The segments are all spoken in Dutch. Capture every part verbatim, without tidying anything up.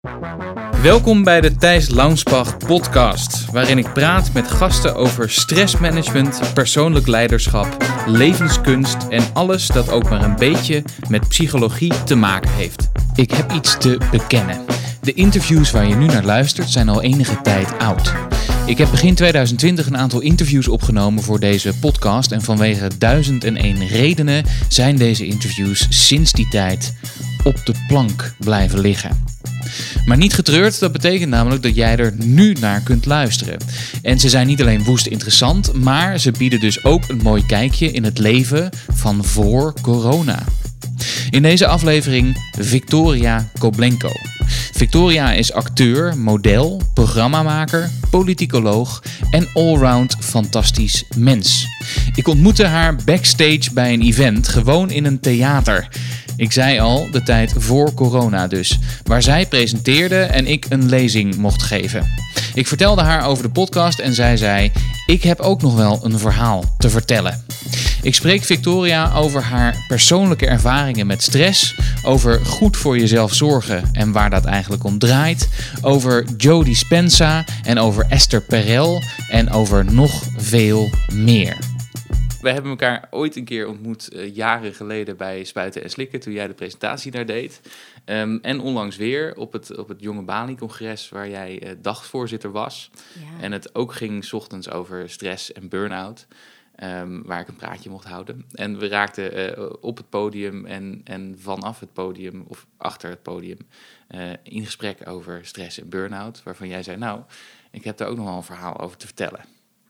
Welkom bij de Thijs Launsbach podcast, waarin ik praat met gasten over stressmanagement, persoonlijk leiderschap, levenskunst en alles dat ook maar een beetje met psychologie te maken heeft. Ik heb iets te bekennen. De interviews waar je nu naar luistert zijn al enige tijd oud. Ik heb begin twintig twintig een aantal interviews opgenomen voor deze podcast en vanwege duizend en één redenen zijn deze interviews sinds die tijd op de plank blijven liggen. Maar niet getreurd, dat betekent namelijk dat jij er nu naar kunt luisteren. En ze zijn niet alleen woest interessant, maar ze bieden dus ook een mooi kijkje in het leven van voor corona. In deze aflevering Victoria Koblenko. Victoria is acteur, model, programmamaker, politicoloog en allround fantastisch mens. Ik ontmoette haar backstage bij een event, gewoon in een theater. Ik zei al, de tijd voor corona dus, waar zij presenteerde en ik een lezing mocht geven. Ik vertelde haar over de podcast en zij zei, ik heb ook nog wel een verhaal te vertellen. Ik spreek Victoria over haar persoonlijke ervaringen met stress, over goed voor jezelf zorgen en waar dat eigenlijk om draait, over Joe Dispenza en over Esther Perel en over nog veel meer. We hebben elkaar ooit een keer ontmoet, uh, jaren geleden bij Spuiten en Slikken, toen jij de presentatie daar deed. Um, en onlangs weer op het, op het Jonge Bali-congres, waar jij uh, dagvoorzitter was. Ja. En het ook ging 's ochtends over stress en burn-out, um, waar ik een praatje mocht houden. En we raakten uh, op het podium en, en vanaf het podium, of achter het podium, uh, in gesprek over stress en burn-out. Waarvan jij zei, nou, ik heb daar ook nog wel een verhaal over te vertellen.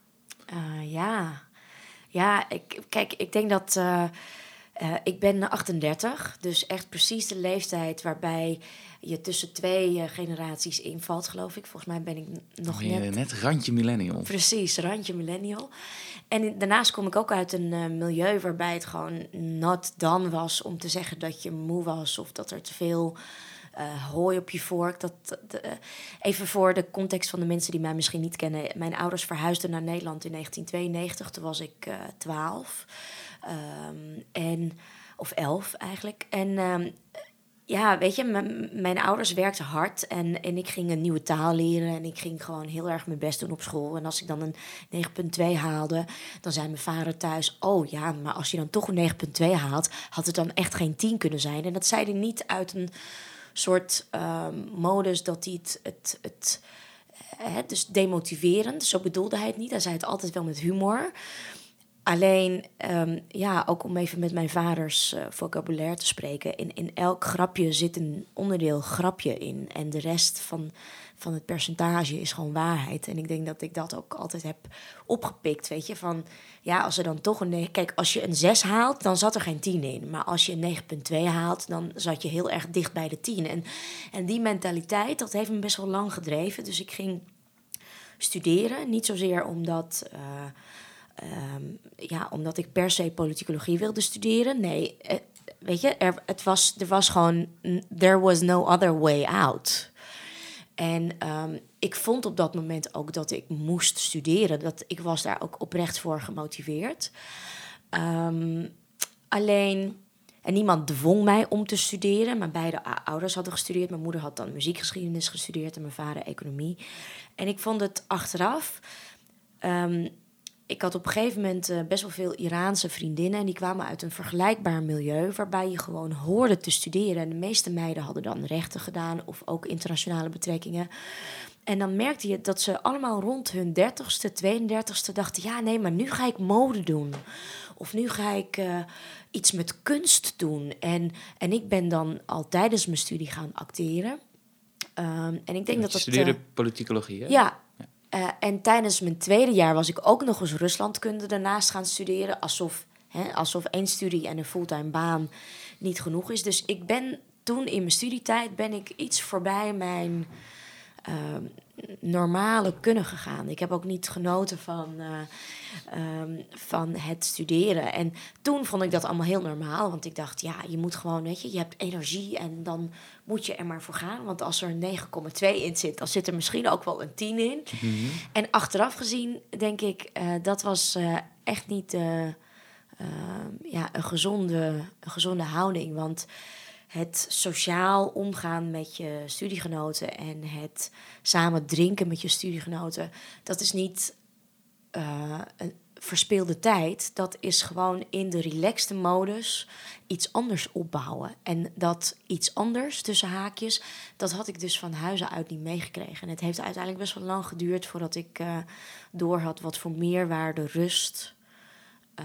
Uh, ja... Ja, ik, kijk, ik denk dat... Uh, uh, ik ben achtendertig, dus echt precies de leeftijd waarbij je tussen twee uh, generaties invalt, geloof ik. Volgens mij ben ik nog oh, net... Net randje millennial. Precies, randje millennial. En daarnaast kom ik ook uit een uh, milieu waarbij het gewoon not done was om te zeggen dat je moe was of dat er te veel... Uh, hooi op je vork. Dat, uh, even voor de context van de mensen die mij misschien niet kennen. Mijn ouders verhuisden naar Nederland in negentien tweeënnegentig. Toen was ik uh, twaalf. Um, en, of elf eigenlijk. En um, ja, weet je, m- mijn ouders werkten hard. En, en ik ging een nieuwe taal leren. En ik ging gewoon heel erg mijn best doen op school. En als ik dan een negen komma twee haalde, dan zei mijn vader thuis... oh ja, maar als je dan toch een negen komma twee haalt, had het dan echt geen tien kunnen zijn. En dat zei hij niet uit een soort um, modus dat hij het, het, het hè, dus demotiverend, zo bedoelde hij het niet. Hij zei het altijd wel met humor. Alleen, um, ja, ook om even met mijn vaders uh, vocabulaire te spreken. In, in elk grapje zit een onderdeel grapje in. En de rest van, van het percentage is gewoon waarheid. En ik denk dat ik dat ook altijd heb opgepikt, weet je. Van, ja, als er dan toch een... Kijk, als je een zes haalt, dan zat er geen tien in. Maar als je een negen komma twee haalt, dan zat je heel erg dicht bij de tien. En, en die mentaliteit, dat heeft me best wel lang gedreven. Dus ik ging studeren. Niet zozeer omdat... Uh, Um, ja, omdat ik per se politicologie wilde studeren. Nee, uh, weet je, er, het was, er was gewoon... There was no other way out. En um, ik vond op dat moment ook dat ik moest studeren. Dat ik was daar ook oprecht voor gemotiveerd. Um, alleen... En niemand dwong mij om te studeren. Mijn beide ouders hadden gestudeerd. Mijn moeder had dan muziekgeschiedenis gestudeerd en mijn vader economie. En ik vond het achteraf... Um, Ik had op een gegeven moment uh, best wel veel Iraanse vriendinnen... en die kwamen uit een vergelijkbaar milieu... waarbij je gewoon hoorde te studeren. En de meeste meiden hadden dan rechten gedaan... of ook internationale betrekkingen. En dan merkte je dat ze allemaal rond hun dertigste, tweeëndertigste dachten... ja, nee, maar nu ga ik mode doen. Of nu ga ik uh, iets met kunst doen. En, en ik ben dan al tijdens mijn studie gaan acteren. Um, en ik denk je dat dat... studeerde uh, politicologie, hè? Ja. Uh, en tijdens mijn tweede jaar was ik ook nog eens Ruslandkunde daarnaast gaan studeren. Alsof, hè, alsof één studie en een fulltime baan niet genoeg is. Dus ik ben toen in mijn studietijd ben ik iets voorbij mijn uh, normale kunnen gegaan. Ik heb ook niet genoten van, uh, um, van het studeren. En toen vond ik dat allemaal heel normaal. Want ik dacht, ja, je moet gewoon, weet je, je hebt energie en dan moet je er maar voor gaan. Want als er een negen komma twee in zit, dan zit er misschien ook wel een tien in. Mm-hmm. En achteraf gezien denk ik, uh, dat was uh, echt niet uh, uh, ja, een, gezonde, een gezonde houding. Want het sociaal omgaan met je studiegenoten en het samen drinken met je studiegenoten, dat is niet uh, een verspeelde tijd. Dat is gewoon in de relaxte modus iets anders opbouwen. En dat iets anders, tussen haakjes, dat had ik dus van huizen uit niet meegekregen. En het heeft uiteindelijk best wel lang geduurd voordat ik uh, door had wat voor meerwaarde rust uh,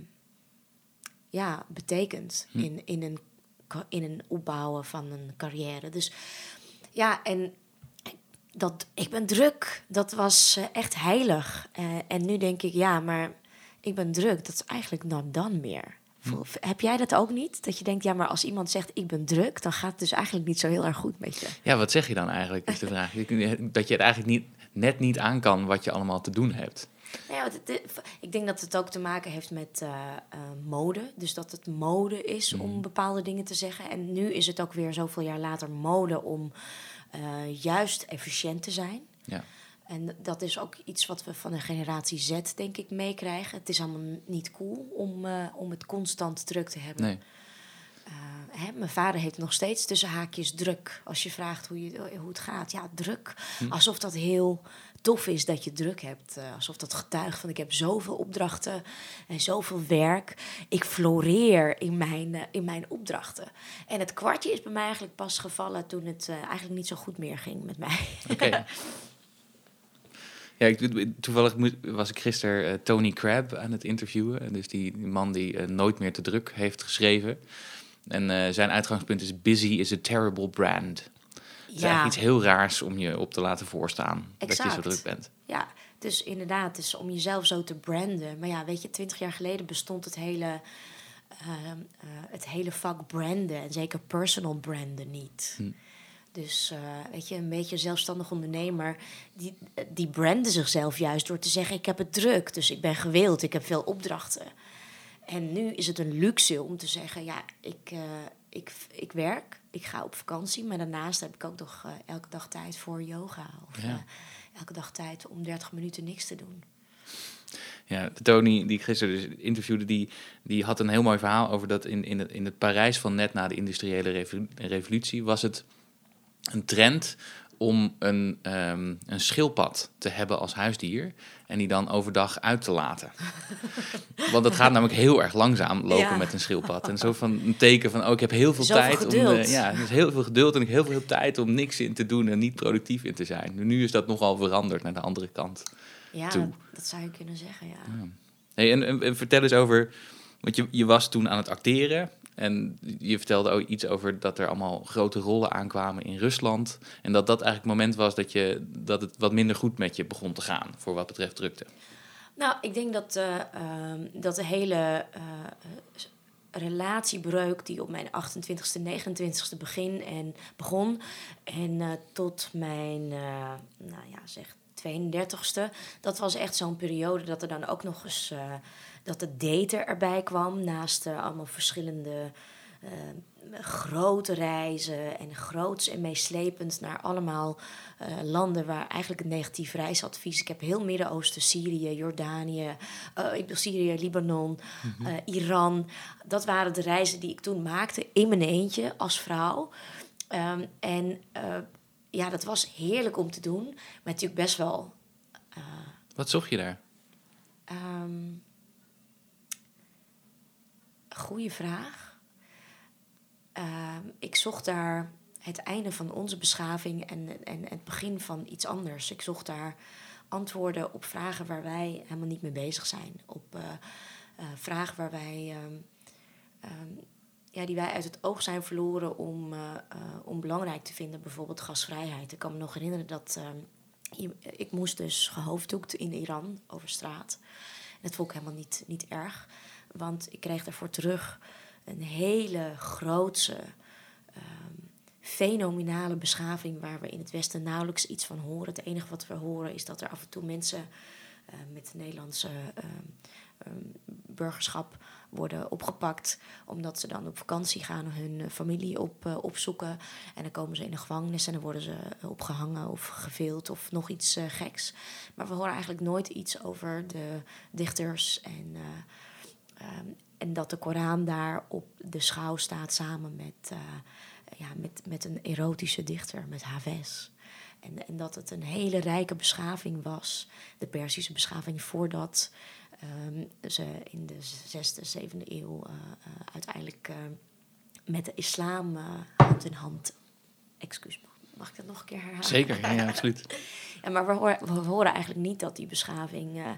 ja, betekent hm. in, in, een, in een opbouwen van een carrière. Dus ja, en dat ik ben druk, dat was uh, echt heilig. Uh, en nu denk ik, ja, maar ik ben druk, dat is eigenlijk not dan meer. Hm. Heb jij dat ook niet? Dat je denkt, ja, maar als iemand zegt ik ben druk, dan gaat het dus eigenlijk niet zo heel erg goed met je. Ja, wat zeg je dan eigenlijk, is de vraag. Dat je het eigenlijk niet, net niet aan kan wat je allemaal te doen hebt. Nou ja, het, het, ik denk dat het ook te maken heeft met uh, uh, mode. Dus dat het mode is mm. om bepaalde dingen te zeggen. En nu is het ook weer zoveel jaar later mode om uh, juist efficiënt te zijn. Ja. En dat is ook iets wat we van de generatie Z, denk ik, meekrijgen. Het is allemaal niet cool om, uh, om het constant druk te hebben. Nee. Uh, hè, mijn vader heeft nog steeds tussen haakjes druk. Als je vraagt hoe, je, hoe het gaat, ja, druk. Hm. Alsof dat heel tof is dat je druk hebt. Uh, alsof dat getuigt van ik heb zoveel opdrachten en zoveel werk. Ik floreer in mijn, uh, in mijn opdrachten. En het kwartje is bij mij eigenlijk pas gevallen toen het uh, eigenlijk niet zo goed meer ging met mij. Okay. Ja, ik, toevallig was ik gisteren uh, Tony Crabb aan het interviewen. Dus die man die uh, Nooit meer te druk heeft geschreven. En uh, zijn uitgangspunt is busy is a terrible brand. Het is ja. eigenlijk iets heel raars om je op te laten voorstaan. Exact. Dat je zo druk bent. Ja, dus inderdaad, dus om jezelf zo te branden. Maar ja, weet je, twintig jaar geleden bestond het hele, uh, uh, het hele vak branden. En zeker personal branden niet. Hm. Dus uh, weet je, een beetje zelfstandig ondernemer, die, die branden zichzelf juist door te zeggen, ik heb het druk, dus ik ben gewild, ik heb veel opdrachten. En nu is het een luxe om te zeggen, ja, ik, uh, ik, ik werk, ik ga op vakantie, maar daarnaast heb ik ook nog uh, elke dag tijd voor yoga. Of ja. uh, elke dag tijd om dertig minuten niks te doen. Ja, Tony, die ik gisteren dus interviewde, die, die had een heel mooi verhaal over dat in, in, het, in het Parijs van net na de industriële revolutie was het een trend om een, um, een schildpad te hebben als huisdier en die dan overdag uit te laten. Want het gaat namelijk heel erg langzaam lopen ja. met een schildpad. En zo van een teken van, oh, ik heb heel veel Zoveel tijd. Geduld. Om, uh, ja, dus heel veel geduld en ik heb heel veel tijd om niks in te doen en niet productief in te zijn. Nu is dat nogal veranderd naar de andere kant ja, toe. Dat zou je kunnen zeggen, ja. ja. Hey, en, en, en vertel eens over, want je, je was toen aan het acteren. En je vertelde ook iets over dat er allemaal grote rollen aankwamen in Rusland. En dat dat eigenlijk het moment was dat, je, dat het wat minder goed met je begon te gaan voor wat betreft drukte. Nou, ik denk dat, uh, uh, dat de hele uh, relatiebreuk die op mijn achtentwintigste, negenentwintigste begin en begon. En uh, tot mijn, uh, nou ja, zeg tweeëndertigste. Dat was echt zo'n periode dat er dan ook nog eens Uh, dat de daten erbij kwam, naast uh, allemaal verschillende uh, grote reizen en groots en meeslepend naar allemaal uh, landen waar eigenlijk een negatief reisadvies. Ik heb heel Midden-Oosten, Syrië, Jordanië, uh, ik bedoel Syrië, Libanon, mm-hmm. uh, Iran. Dat waren de reizen die ik toen maakte in mijn eentje als vrouw. Um, en uh, ja, dat was heerlijk om te doen, maar natuurlijk best wel. Uh, Wat zocht je daar? Um, Goeie vraag. Uh, ik zocht daar het einde van onze beschaving en, en het begin van iets anders. Ik zocht daar antwoorden op vragen waar wij helemaal niet mee bezig zijn. Op uh, uh, vragen waar wij, um, um, ja, die wij uit het oog zijn verloren om, uh, uh, om belangrijk te vinden. Bijvoorbeeld gasvrijheid. Ik kan me nog herinneren dat uh, ik moest dus gehoofddoekt in Iran over straat. En dat vond ik helemaal niet, niet erg. Want ik kreeg daarvoor terug een hele grootse, um, fenomenale beschaving waar we in het Westen nauwelijks iets van horen. Het enige wat we horen is dat er af en toe mensen uh, met Nederlandse uh, um, burgerschap worden opgepakt, omdat ze dan op vakantie gaan, hun familie op, uh, opzoeken. En dan komen ze in de gevangenis en dan worden ze opgehangen of gevild of nog iets uh, geks. Maar we horen eigenlijk nooit iets over de dichters en Uh, Um, en dat de Koran daar op de schouw staat samen met, uh, ja, met, met een erotische dichter, met Hafez. En, en dat het een hele rijke beschaving was, de Perzische beschaving, voordat um, ze in de zesde, zevende eeuw uh, uh, uiteindelijk uh, met de islam uh, hand in hand... Excuus, mag ik dat nog een keer herhalen? Zeker, ja, ja absoluut. Ja, maar we horen, we horen eigenlijk niet dat die beschaving uh, uh,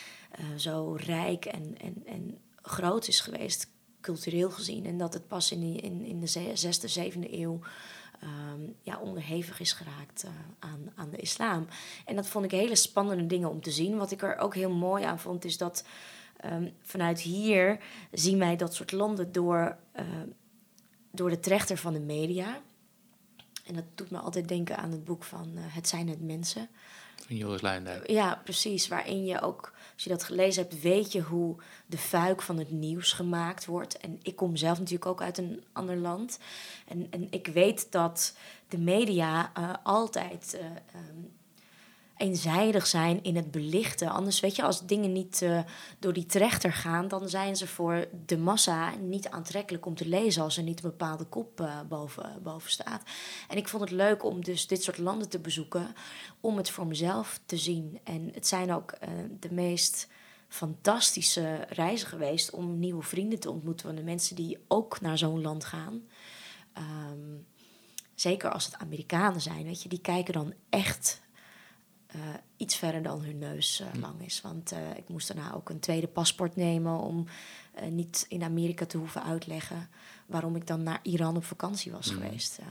zo rijk en, en, en groot is geweest, cultureel gezien. En dat het pas in, die, in, in de zesde, zevende eeuw um, ja, onderhevig is geraakt uh, aan, aan de islam. En dat vond ik hele spannende dingen om te zien. Wat ik er ook heel mooi aan vond, is dat um, vanuit hier zien wij dat soort landen door, uh, door de trechter van de media. En dat doet me altijd denken aan het boek van uh, Het zijn het mensen. Van Joris Luijendijk. Ja, precies. Waarin je ook, als je dat gelezen hebt, weet je hoe de fuik van het nieuws gemaakt wordt. En ik kom zelf natuurlijk ook uit een ander land. En, en ik weet dat de media uh, altijd uh, um, eenzijdig zijn in het belichten. Anders, weet je, als dingen niet uh, door die trechter gaan, dan zijn ze voor de massa niet aantrekkelijk om te lezen als er niet een bepaalde kop uh, boven, boven staat. En ik vond het leuk om dus dit soort landen te bezoeken, om het voor mezelf te zien. En het zijn ook uh, de meest fantastische reizen geweest om nieuwe vrienden te ontmoeten van de mensen die ook naar zo'n land gaan. Um, zeker als het Amerikanen zijn, weet je, die kijken dan echt Uh, iets verder dan hun neus uh, lang is. Want uh, ik moest daarna ook een tweede paspoort nemen om uh, niet in Amerika te hoeven uitleggen waarom ik dan naar Iran op vakantie was mm. geweest. Uh,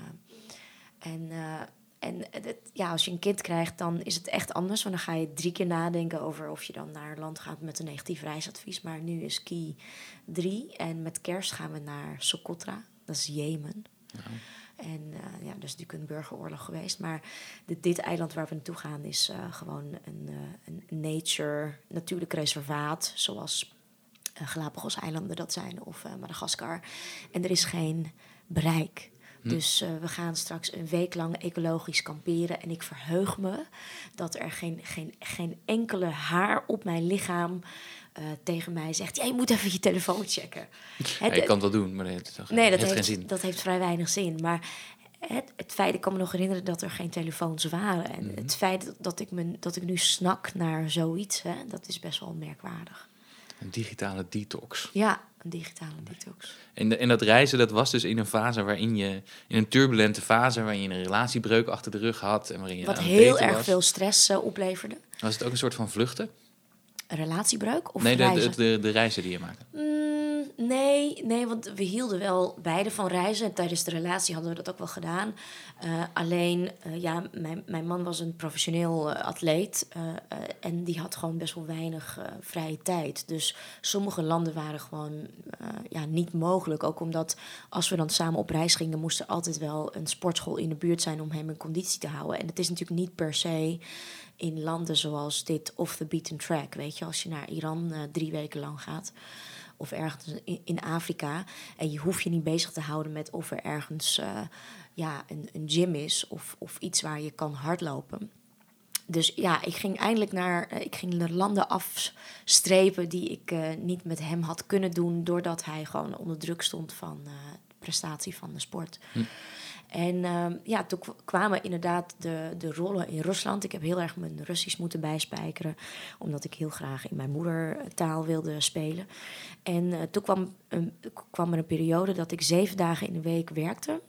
en uh, en het, ja, als je een kind krijgt, dan is het echt anders. Want dan ga je drie keer nadenken over of je dan naar een land gaat met een negatief reisadvies. Maar nu is key drie. En met kerst gaan we naar Socotra. Dat is Jemen. Ja. En uh, ja, dat is natuurlijk een burgeroorlog geweest. Maar de, dit eiland waar we naartoe gaan is uh, gewoon een, uh, een nature, natuurlijk reservaat. Zoals uh, Galapagos-eilanden dat zijn of uh, Madagaskar. En er is geen bereik. Hm. Dus uh, we gaan straks een week lang ecologisch kamperen. En ik verheug me dat er geen, geen, geen enkele haar op mijn lichaam Uh, tegen mij zegt, ja, je moet even je telefoon checken. Ja, je kan het wel doen, maar dat heeft, nee, dat heeft heeft, geen zin. Dat heeft vrij weinig zin. Maar het, het feit, ik kan me nog herinneren dat er geen telefoons waren. En mm-hmm. het feit dat, dat, ik me, dat ik nu snak naar zoiets, hè, dat is best wel merkwaardig. Een digitale detox. Ja, een digitale detox. En, de, en dat reizen, dat was dus in een fase waarin je, in een turbulente fase, waarin je een relatiebreuk achter de rug had. En waarin je Wat heel erg was. veel stress uh, opleverde. Was het ook een soort van vluchten? Een relatiebreuk of nee, de, reizen? de, de, de reizen die je maakte. Mm, nee, nee, want we hielden wel beide van reizen. En tijdens de relatie hadden we dat ook wel gedaan. Uh, alleen, uh, ja, mijn, mijn man was een professioneel uh, atleet. Uh, uh, en die had gewoon best wel weinig uh, vrije tijd. Dus sommige landen waren gewoon uh, ja, niet mogelijk. Ook omdat als we dan samen op reis gingen, moest er altijd wel een sportschool in de buurt zijn om hem in conditie te houden. En het is natuurlijk niet per se in landen zoals dit off the beaten track, weet je, als je naar Iran uh, drie weken lang gaat of ergens in, in Afrika en je hoeft je niet bezig te houden met of er ergens uh, ja, een, een gym is of, of iets waar je kan hardlopen. Dus ja, ik ging eindelijk naar, uh, ik ging de landen afstrepen die ik uh, niet met hem had kunnen doen, doordat hij gewoon onder druk stond van uh, de prestatie van de sport. Hm. En uh, ja, toen kwamen inderdaad de, de rollen in Rusland. Ik heb heel erg mijn Russisch moeten bijspijkeren, omdat ik heel graag in mijn moedertaal wilde spelen. En uh, toen kwam, um, kwam er een periode dat ik zeven dagen in de week werkte,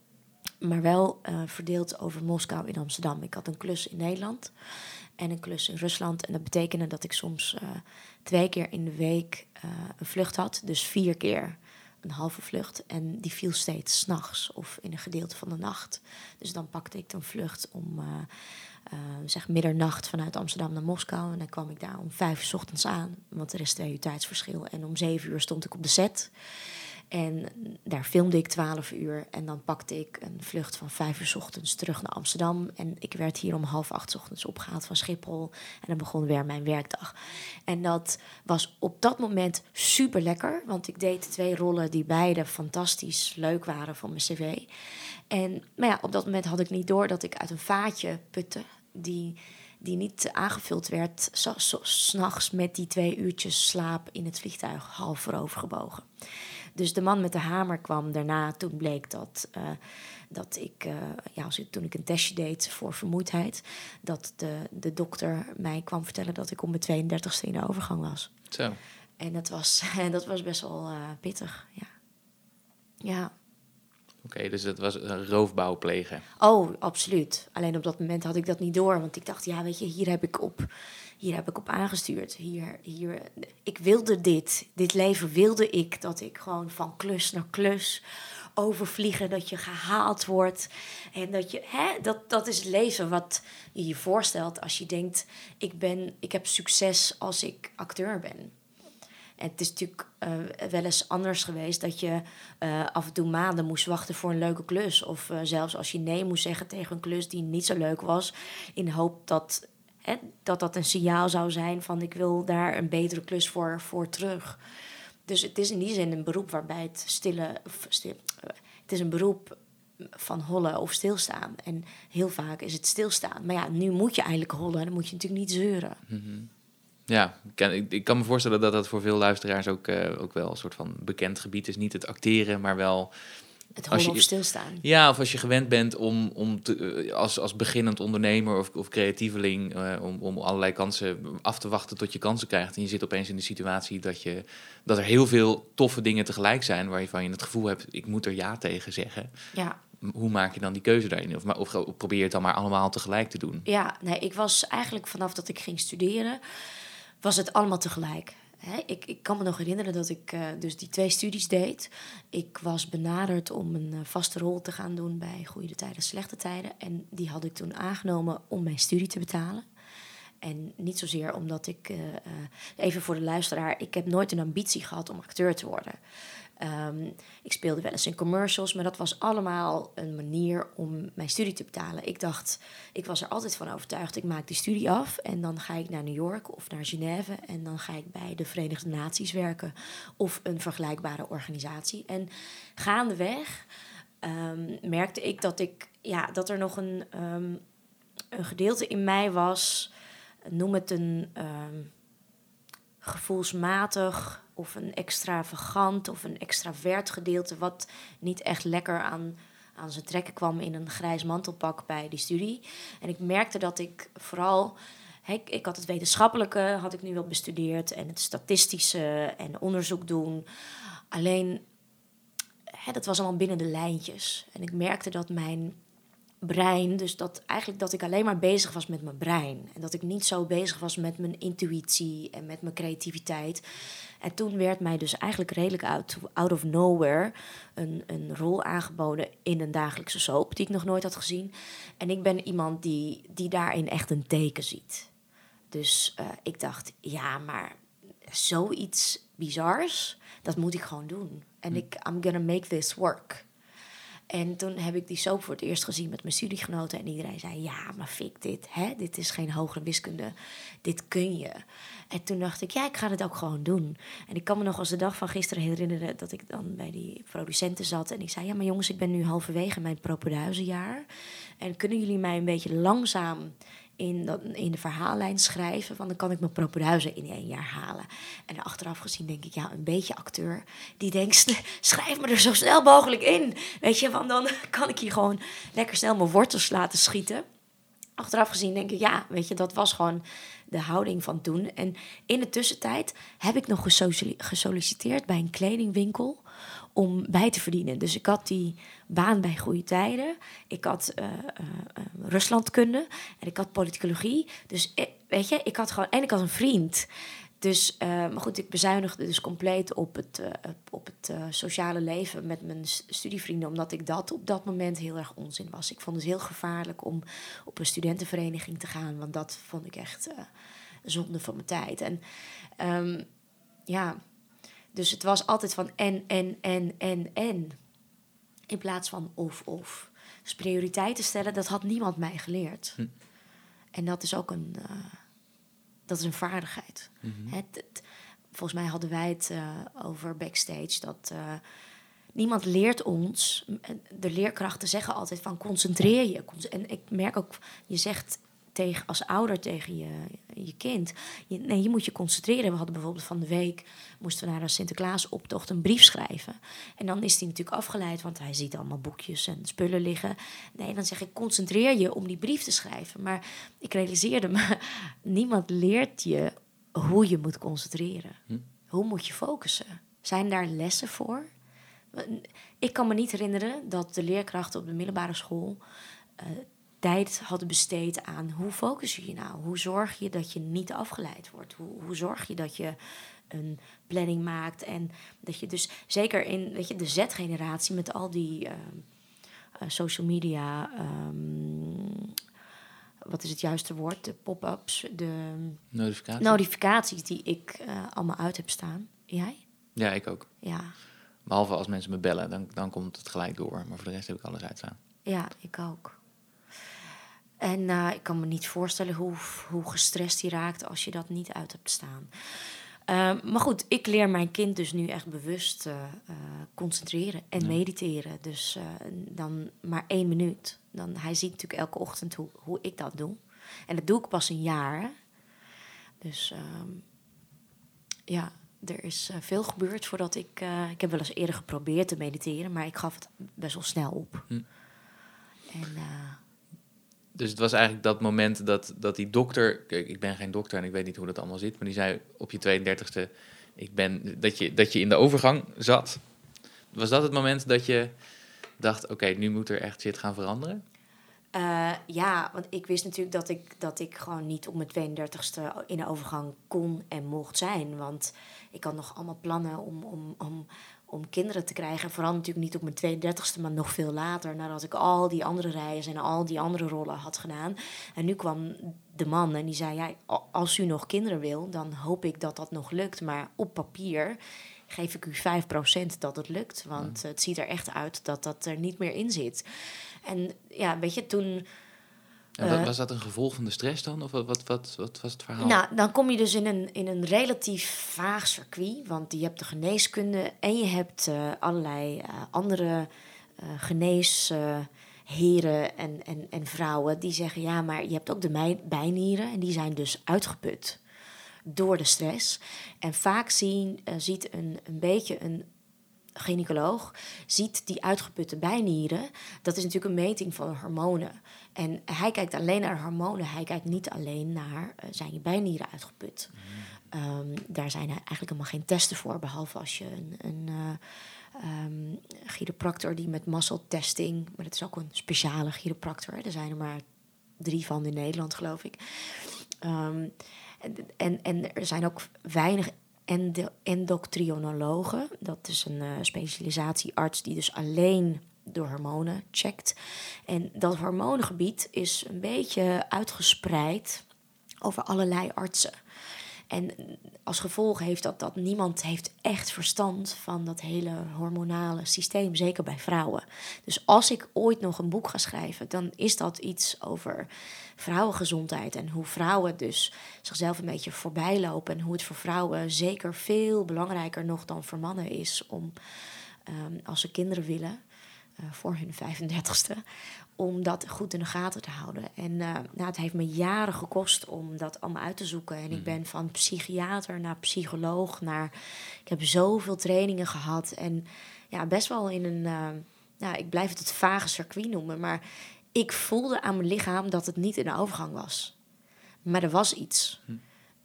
maar wel uh, verdeeld over Moskou en Amsterdam. Ik had een klus in Nederland en een klus in Rusland. En dat betekende dat ik soms uh, twee keer in de week uh, een vlucht had, dus vier keer een halve vlucht. En die viel steeds 's nachts of in een gedeelte van de nacht. Dus dan pakte ik een vlucht om uh, uh, zeg middernacht vanuit Amsterdam naar Moskou. En dan kwam ik daar om vijf uur 's ochtends aan, want er is twee uur tijdsverschil. En om zeven uur stond ik op de set. En daar filmde ik twaalf uur. En dan pakte ik een vlucht van vijf uur 's ochtends terug naar Amsterdam. En ik werd hier om half acht 's ochtends opgehaald van Schiphol. En dan begon weer mijn werkdag. En dat was op dat moment super lekker. Want ik deed twee rollen die beide fantastisch leuk waren van mijn cv. En maar ja, op dat moment had ik niet door dat ik uit een vaatje putte die, die niet aangevuld werd, so, so, 's nachts met die twee uurtjes slaap in het vliegtuig half voorovergebogen. Dus de man met de hamer kwam daarna. Toen bleek dat, uh, dat ik, uh, ja, als ik, toen ik een testje deed voor vermoeidheid, dat de, de dokter mij kwam vertellen dat ik om mijn tweeëndertigste in de overgang was. Zo. En dat was, en dat was best wel uh, pittig, ja. Ja. Oké, okay, dus dat was een roofbouw plegen. Oh, absoluut. Alleen op dat moment had ik dat niet door. Want ik dacht, ja, weet je, hier heb ik op, hier heb ik op aangestuurd. Hier, hier, ik wilde dit. Dit leven wilde ik. Dat ik gewoon van klus naar klus overvliegen. Dat je gehaald wordt. En dat je, hè, dat, dat is het leven wat je je voorstelt als je denkt, ik ben, ik heb succes als ik acteur ben. En het is natuurlijk uh, wel eens anders geweest dat je uh, af en toe maanden moest wachten voor een leuke klus. Of uh, zelfs als je nee moest zeggen tegen een klus die niet zo leuk was, in de hoop dat, hè, dat dat een signaal zou zijn van ik wil daar een betere klus voor, voor terug. Dus het is in die zin een beroep waarbij het stille, stil, uh, het is een beroep van hollen of stilstaan. En heel vaak is het stilstaan. Maar ja, nu moet je eigenlijk hollen en dan moet je natuurlijk niet zeuren. Mm-hmm. Ja, ik kan, ik, ik kan me voorstellen dat dat voor veel luisteraars ook, uh, ook wel een soort van bekend gebied is. Niet het acteren, maar wel het hollen of stilstaan. Ja, of als je gewend bent om, om te, uh, als, als beginnend ondernemer of, of creatieveling uh, om, om allerlei kansen af te wachten tot je kansen krijgt. En je zit opeens in de situatie dat, je, dat er heel veel toffe dingen tegelijk zijn waarvan je het gevoel hebt, ik moet er ja tegen zeggen. Ja. Hoe maak je dan die keuze daarin? Of, of, of probeer je het dan maar allemaal tegelijk te doen? Ja, nee, ik was eigenlijk vanaf dat ik ging studeren, was het allemaal tegelijk. He, ik, ik kan me nog herinneren dat ik uh, dus die twee studies deed. Ik was benaderd om een uh, vaste rol te gaan doen bij Goede Tijden, Slechte Tijden. En die had ik toen aangenomen om mijn studie te betalen. En niet zozeer omdat ik, uh, uh, even voor de luisteraar, ik heb nooit een ambitie gehad om acteur te worden. Um, ik speelde wel eens in commercials, maar dat was allemaal een manier om mijn studie te betalen. Ik dacht, ik was er altijd van overtuigd, ik maak die studie af en dan ga ik naar New York of naar Genève en dan ga ik bij de Verenigde Naties werken of een vergelijkbare organisatie. En gaandeweg um, merkte ik dat, ik, ja, dat er nog een, um, een gedeelte in mij was, noem het een um, gevoelsmatig of een extravagant of een extravert gedeelte, wat niet echt lekker aan, aan zijn trekken kwam in een grijs mantelpak bij die studie. En ik merkte dat ik vooral, he, ik, ik had het wetenschappelijke, had ik nu wel bestudeerd, en het statistische en onderzoek doen. Alleen, he, dat was allemaal binnen de lijntjes. En ik merkte dat mijn brein, dus dat eigenlijk dat ik alleen maar bezig was met mijn brein. En dat ik niet zo bezig was met mijn intuïtie en met mijn creativiteit. En toen werd mij dus eigenlijk redelijk out, out of nowhere een, een rol aangeboden in een dagelijkse soap die ik nog nooit had gezien. En ik ben iemand die, die daarin echt een teken ziet. Dus uh, ik dacht, ja, maar zoiets bizars, dat moet ik gewoon doen. En ik, I'm gonna make this work. En toen heb ik die soap voor het eerst gezien met mijn studiegenoten. En iedereen zei, ja, maar fik dit. Hè? Dit is geen hogere wiskunde. Dit kun je. En toen dacht ik, ja, ik ga dit ook gewoon doen. En ik kan me nog als de dag van gisteren herinneren dat ik dan bij die producenten zat. En ik zei, ja, maar jongens, ik ben nu halverwege mijn propeduizenjaar. En kunnen jullie mij een beetje langzaam in, dat, in de verhaallijn schrijven, want dan kan ik mijn propeduizen in één jaar halen. En achteraf gezien denk ik, ja, een beetje acteur die denkt, schrijf me er zo snel mogelijk in. Weet je, want dan kan ik hier gewoon lekker snel mijn wortels laten schieten. Achteraf gezien denk ik, ja, weet je, dat was gewoon de houding van toen. En in de tussentijd heb ik nog gesolliciteerd bij een kledingwinkel om bij te verdienen. Dus ik had die baan bij Goede Tijden. Ik had uh, uh, uh, Ruslandkunde en ik had politicologie. Dus weet je, ik had gewoon, en ik had een vriend. Dus, uh, maar goed, ik bezuinigde dus compleet op het, uh, op het uh, sociale leven met mijn studievrienden, omdat ik dat op dat moment heel erg onzin was. Ik vond het heel gevaarlijk om op een studentenvereniging te gaan, want dat vond ik echt uh, zonde van mijn tijd. En um, ja, dus het was altijd van en, en, en, en, en, in plaats van of, of. Dus prioriteiten stellen, dat had niemand mij geleerd. Hm. En dat is ook een... Uh, Dat is een vaardigheid. Mm-hmm. Het, het, volgens mij hadden wij het uh, over backstage. Dat uh, niemand leert ons. De leerkrachten zeggen altijd van concentreer je. En ik merk ook, je zegt tegen, als ouder tegen je, je kind. Je, nee, je moet je concentreren. We hadden bijvoorbeeld van de week, moesten we naar een Sinterklaasoptocht een brief schrijven. En dan is hij natuurlijk afgeleid, want hij ziet allemaal boekjes en spullen liggen. Nee, dan zeg ik, concentreer je om die brief te schrijven. Maar ik realiseerde me, niemand leert je hoe je moet concentreren. Hm? Hoe moet je focussen? Zijn daar lessen voor? Ik kan me niet herinneren dat de leerkrachten op de middelbare school Uh, tijd hadden besteed aan hoe focus je je nou? Hoe zorg je dat je niet afgeleid wordt? Hoe, hoe zorg je dat je een planning maakt? En dat je dus zeker in, weet je, de Z-generatie met al die uh, uh, social media, um, wat is het juiste woord? De pop-ups, de notificaties, notificaties die ik uh, allemaal uit heb staan. Jij? Ja, ik ook. Ja. Behalve als mensen me bellen, dan, dan komt het gelijk door. Maar voor de rest heb ik alles uitstaan. Ja, ik ook. En uh, ik kan me niet voorstellen hoe, hoe gestrest hij raakt als je dat niet uit hebt staan. Uh, maar goed, ik leer mijn kind dus nu echt bewust uh, uh, concentreren en ja. mediteren. Dus uh, dan maar één minuut. Dan, hij ziet natuurlijk elke ochtend hoe, hoe ik dat doe. En dat doe ik pas een jaar. Hè? Dus uh, ja, er is uh, veel gebeurd voordat ik... Uh, ik heb wel eens eerder geprobeerd te mediteren, maar ik gaf het best wel snel op. Hm. En... Uh, Dus het was eigenlijk dat moment dat, dat die dokter... Kijk, ik ben geen dokter en ik weet niet hoe dat allemaal zit... maar die zei op je tweeëndertigste... Ik ben, dat, je, dat je in de overgang zat. Was dat het moment dat je dacht... oké, okay, nu moet er echt shit gaan veranderen? Uh, ja, want ik wist natuurlijk dat ik, dat ik gewoon niet op mijn tweeëndertigste... in de overgang kon en mocht zijn. Want ik had nog allemaal plannen om... om, om om kinderen te krijgen. Vooral natuurlijk niet op mijn tweeëndertigste, maar nog veel later. Nadat ik al die andere reizen en al die andere rollen had gedaan. En nu kwam de man en die zei... ja, als u nog kinderen wil, dan hoop ik dat dat nog lukt. Maar op papier geef ik u vijf procent dat het lukt. Want ja. het ziet er echt uit dat dat er niet meer in zit. En ja, weet je, toen... En uh, was dat een gevolg van de stress dan? Of wat, wat, wat, wat was het verhaal? Nou, dan kom je dus in een, in een relatief vaag circuit. Want je hebt de geneeskunde en je hebt uh, allerlei uh, andere uh, geneesheren uh, en, en, en vrouwen... die zeggen, ja, maar je hebt ook de bijnieren... en die zijn dus uitgeput door de stress. En vaak zien, uh, ziet een, een beetje een... gynaecoloog ziet die uitgeputte bijnieren. Dat is natuurlijk een meting van hormonen. En hij kijkt alleen naar hormonen. Hij kijkt niet alleen naar, uh, zijn je bijnieren uitgeput. Mm. Um, daar zijn eigenlijk helemaal geen testen voor. Behalve als je een, een uh, um, chiropractor die met muscle testing... maar dat is ook een speciale chiropractor. Hè. Er zijn er maar drie van in Nederland, geloof ik. Um, en, en, en er zijn ook weinig... En de endocrinologen, dat is een uh, specialisatiearts die dus alleen door hormonen checkt. En dat hormonengebied is een beetje uitgespreid over allerlei artsen. En als gevolg heeft dat dat niemand heeft echt verstand van dat hele hormonale systeem, zeker bij vrouwen. Dus als ik ooit nog een boek ga schrijven, dan is dat iets over vrouwengezondheid en hoe vrouwen dus zichzelf een beetje voorbij lopen en hoe het voor vrouwen zeker veel belangrijker nog dan voor mannen is om, um, als ze kinderen willen, uh, voor hun vijfendertigste, om dat goed in de gaten te houden. En uh, nou, het heeft me jaren gekost om dat allemaal uit te zoeken. En mm. ik ben van psychiater naar psycholoog naar... Ik heb zoveel trainingen gehad. En ja, best wel in een... Uh, nou, ik blijf het het vage circuit noemen. Maar ik voelde aan mijn lichaam dat het niet in de overgang was. Maar er was iets. Mm.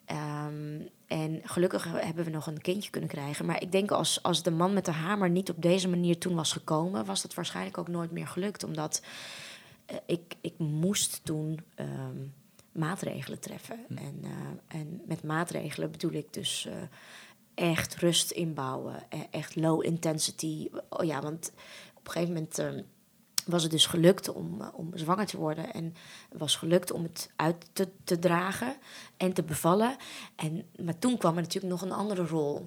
Um, en gelukkig hebben we nog een kindje kunnen krijgen. Maar ik denk als, als de man met de hamer niet op deze manier toen was gekomen... was dat waarschijnlijk ook nooit meer gelukt. Omdat uh, ik, ik moest toen um, maatregelen treffen. Hm. En, uh, en met maatregelen bedoel ik dus uh, echt rust inbouwen. Echt low intensity. Oh ja, want op een gegeven moment... Um, was het dus gelukt om, uh, om zwanger te worden. En het was gelukt om het uit te, te dragen en te bevallen. En, maar toen kwam er natuurlijk nog een andere rol.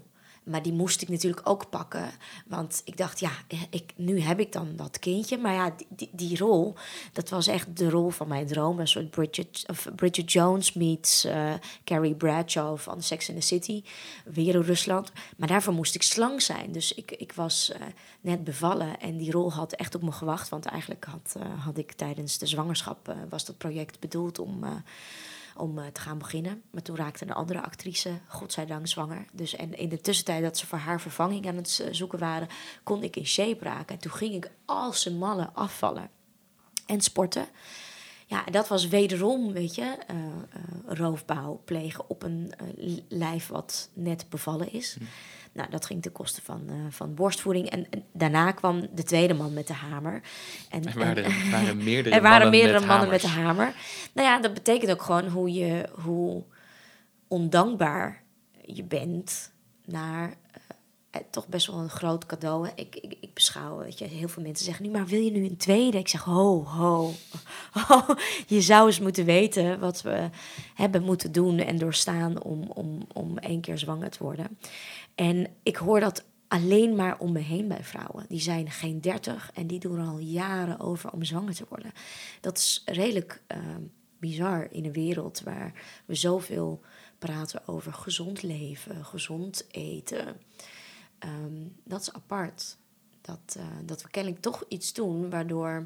Maar die moest ik natuurlijk ook pakken. Want ik dacht, ja, ik, nu heb ik dan dat kindje. Maar ja, die, die, die rol, dat was echt de rol van mijn droom. Een soort Bridget, of Bridget Jones meets uh, Carrie Bradshaw van Sex and the City. Weer in Rusland. Maar daarvoor moest ik slank zijn. Dus ik, ik was uh, net bevallen. En die rol had echt op me gewacht. Want eigenlijk had, uh, had ik tijdens de zwangerschap... Uh, was dat project bedoeld om... Uh, om uh, te gaan beginnen. Maar toen raakte een andere actrice, godzijdank, zwanger. Dus en in de tussentijd dat ze voor haar vervanging aan het uh, zoeken waren... kon ik in shape raken. En toen ging ik als een malle afvallen. En sporten. Ja, en dat was wederom, weet je... Uh, uh, roofbouw plegen op een uh, lijf wat net bevallen is... Hm. Nou, dat ging ten koste van, uh, van borstvoeding. En, en daarna kwam de tweede man met de hamer. En, er waren, en, waren meerdere, er waren mannen, meerdere met mannen met de hamer. Nou ja, dat betekent ook gewoon hoe, je, hoe ondankbaar je bent naar... Uh, toch best wel een groot cadeau. Ik, ik, ik beschouw, weet je, heel veel mensen zeggen nu, maar wil je nu een tweede? Ik zeg, ho, ho, ho. Je zou eens moeten weten wat we hebben moeten doen en doorstaan om, om, om één keer zwanger te worden. En ik hoor dat alleen maar om me heen bij vrouwen. Die zijn geen dertig en die doen er al jaren over om zwanger te worden. Dat is redelijk uh, bizar in een wereld waar we zoveel praten over gezond leven, gezond eten. Um, dat is apart. Dat, uh, dat we kennelijk toch iets doen waardoor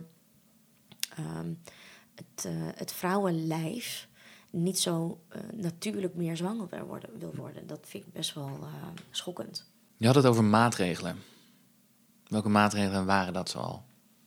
um, het, uh, het vrouwenlijf niet zo uh, natuurlijk meer zwanger wil worden, wil worden. Dat vind ik best wel uh, schokkend. Je had het over maatregelen. Welke maatregelen waren dat zoal?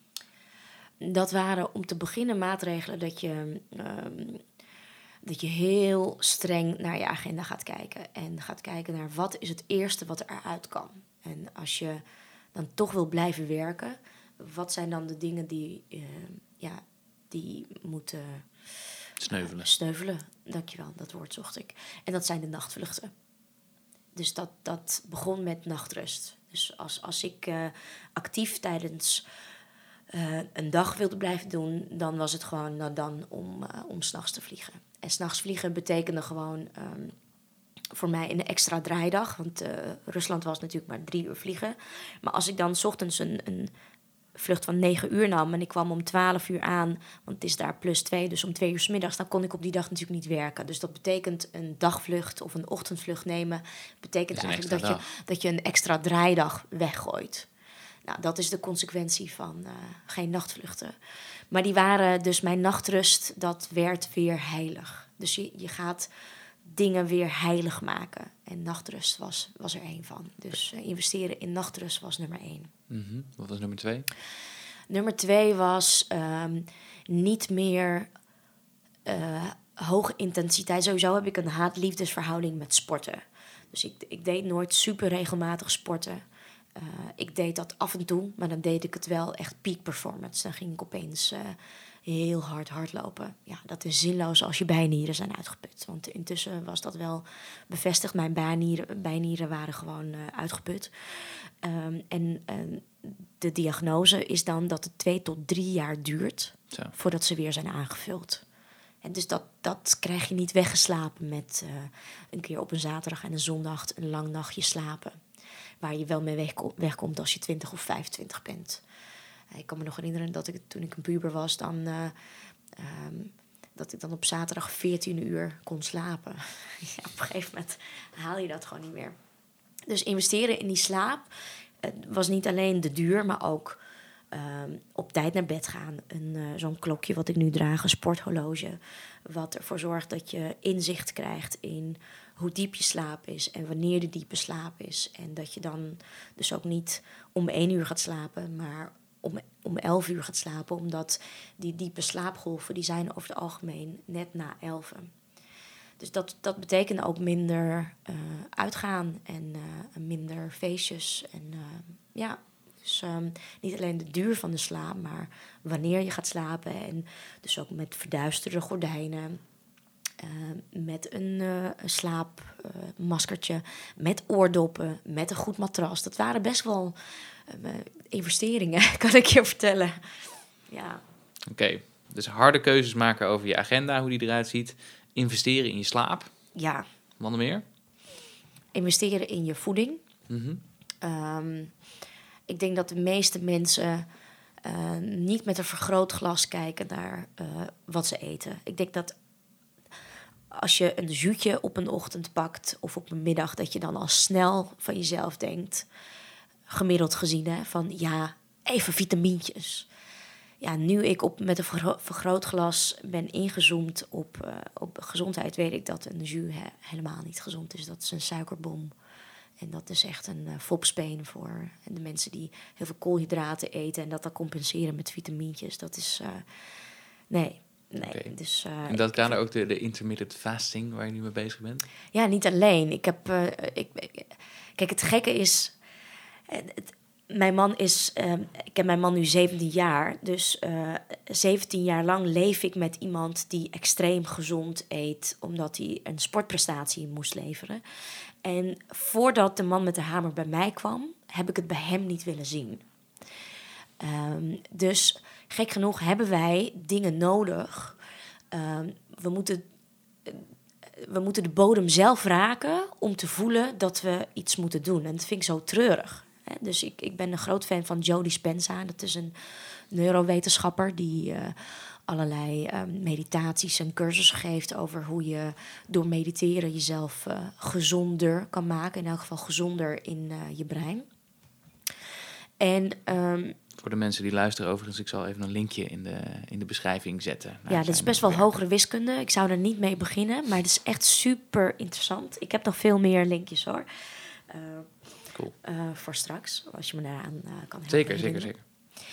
Dat waren om te beginnen maatregelen dat je... Um, dat je heel streng naar je agenda gaat kijken. En gaat kijken naar wat is het eerste wat eruit kan. En als je dan toch wil blijven werken... wat zijn dan de dingen die, uh, ja, die moeten... Sneuvelen. Uh, sneuvelen, dankjewel, dat woord zocht ik. En dat zijn de nachtvluchten. Dus dat, dat begon met nachtrust. Dus als, als ik uh, actief tijdens... Uh, een dag wilde blijven doen, dan was het gewoon nou dan om, uh, om 's nachts te vliegen. En 's nachts vliegen betekende gewoon um, voor mij een extra draaidag. Want uh, Rusland was natuurlijk maar drie uur vliegen. Maar als ik dan 's ochtends een, een vlucht van negen uur nam... en ik kwam om twaalf uur aan, want het is daar plus twee... dus om twee uur 's middags, dan kon ik op die dag natuurlijk niet werken. Dus dat betekent een dagvlucht of een ochtendvlucht nemen... betekent eigenlijk dat je, dat je een extra draaidag weggooit. Nou, dat is de consequentie van uh, geen nachtvluchten. Maar die waren dus mijn nachtrust, dat werd weer heilig. Dus je, je gaat dingen weer heilig maken. En nachtrust was, was er één van. Dus uh, investeren in nachtrust was nummer één. Mm-hmm. Wat was nummer twee? Nummer twee was um, niet meer uh, hoge intensiteit. Sowieso heb ik een haat-liefdesverhouding met sporten. Dus ik, ik deed nooit super regelmatig sporten. Uh, ik deed dat af en toe, maar dan deed ik het wel echt peak performance. Dan ging ik opeens uh, heel hard hardlopen. Ja, dat is zinloos als je bijnieren zijn uitgeput. Want intussen was dat wel bevestigd. Mijn bijnieren, bijnieren waren gewoon uh, uitgeput. Um, en uh, de diagnose is dan dat het twee tot drie jaar duurt... Zo. Voordat ze weer zijn aangevuld. En dus dat, dat krijg je niet weggeslapen met uh, een keer op een zaterdag en een zondag... een lang nachtje slapen. Waar je wel mee wegkom, wegkomt als je twintig of vijfentwintig bent. Uh, ik kan me nog herinneren dat ik toen ik een puber was... dan uh, um, dat ik dan op zaterdag veertien uur kon slapen. Ja, op een gegeven moment haal je dat gewoon niet meer. Dus investeren in die slaap uh, was niet alleen de duur... maar ook uh, op tijd naar bed gaan. Een, uh, zo'n klokje wat ik nu draag, een sporthorloge... wat ervoor zorgt dat je inzicht krijgt in... hoe diep je slaap is en wanneer de diepe slaap is. En dat je dan dus ook niet om één uur gaat slapen... maar om, om elf uur gaat slapen... omdat die diepe slaapgolven... die zijn over het algemeen net na elven. Dus dat, dat betekent ook minder uh, uitgaan... en uh, minder feestjes. En uh, ja, dus um, niet alleen de duur van de slaap... maar wanneer je gaat slapen. En dus ook met verduisterde gordijnen... Uh, met een, uh, een slaapmaskertje, uh, met oordoppen, met een goed matras. Dat waren best wel uh, investeringen, kan ik je vertellen. Ja. Oké, okay, dus harde keuzes maken over je agenda, hoe die eruit ziet. Investeren in je slaap. Ja. Wat nog meer? Investeren in je voeding. Mm-hmm. Um, ik denk dat de meeste mensen uh, niet met een vergrootglas kijken naar uh, wat ze eten. Ik denk dat als je een zuutje op een ochtend pakt of op een middag, dat je dan al snel van jezelf denkt, gemiddeld gezien, hè, van ja, even vitamintjes. Ja, nu ik op, met een vergro- vergrootglas ben ingezoomd op, uh, op gezondheid, weet ik dat een jus he- helemaal niet gezond is. Dat is een suikerbom. En dat is echt een uh, fopspeen voor de mensen die heel veel koolhydraten eten en dat dan compenseren met vitamintjes. Dat is, uh, nee, nee. Okay. Dus, uh, en dat kader ook de, de intermittent fasting waar je nu mee bezig bent? Ja, niet alleen. Ik heb, uh, ik, ik, kijk, het gekke is, het, mijn man is, uh, ik heb mijn man nu zeventien jaar, dus uh, zeventien jaar lang leef ik met iemand die extreem gezond eet, omdat hij een sportprestatie moest leveren. En voordat de man met de hamer bij mij kwam, heb ik het bij hem niet willen zien. Um, dus gek genoeg hebben wij dingen nodig. Um, we moeten, we moeten de bodem zelf raken om te voelen dat we iets moeten doen. En dat vind ik zo treurig. Hè? Dus ik, ik ben een groot fan van Joe Dispenza. Dat is een neurowetenschapper die uh, allerlei uh, meditaties en cursussen geeft over hoe je door mediteren jezelf uh, gezonder kan maken. In elk geval gezonder in uh, je brein. En um, voor de mensen die luisteren overigens, ik zal even een linkje in de, in de beschrijving zetten. Ja, dat is best wel werk. Hogere wiskunde. Ik zou er niet mee beginnen, maar het is echt super interessant. Ik heb nog veel meer linkjes hoor. Uh, cool. Uh, voor straks, als je me daaraan uh, kan helpen. Zeker, zeker, zeker.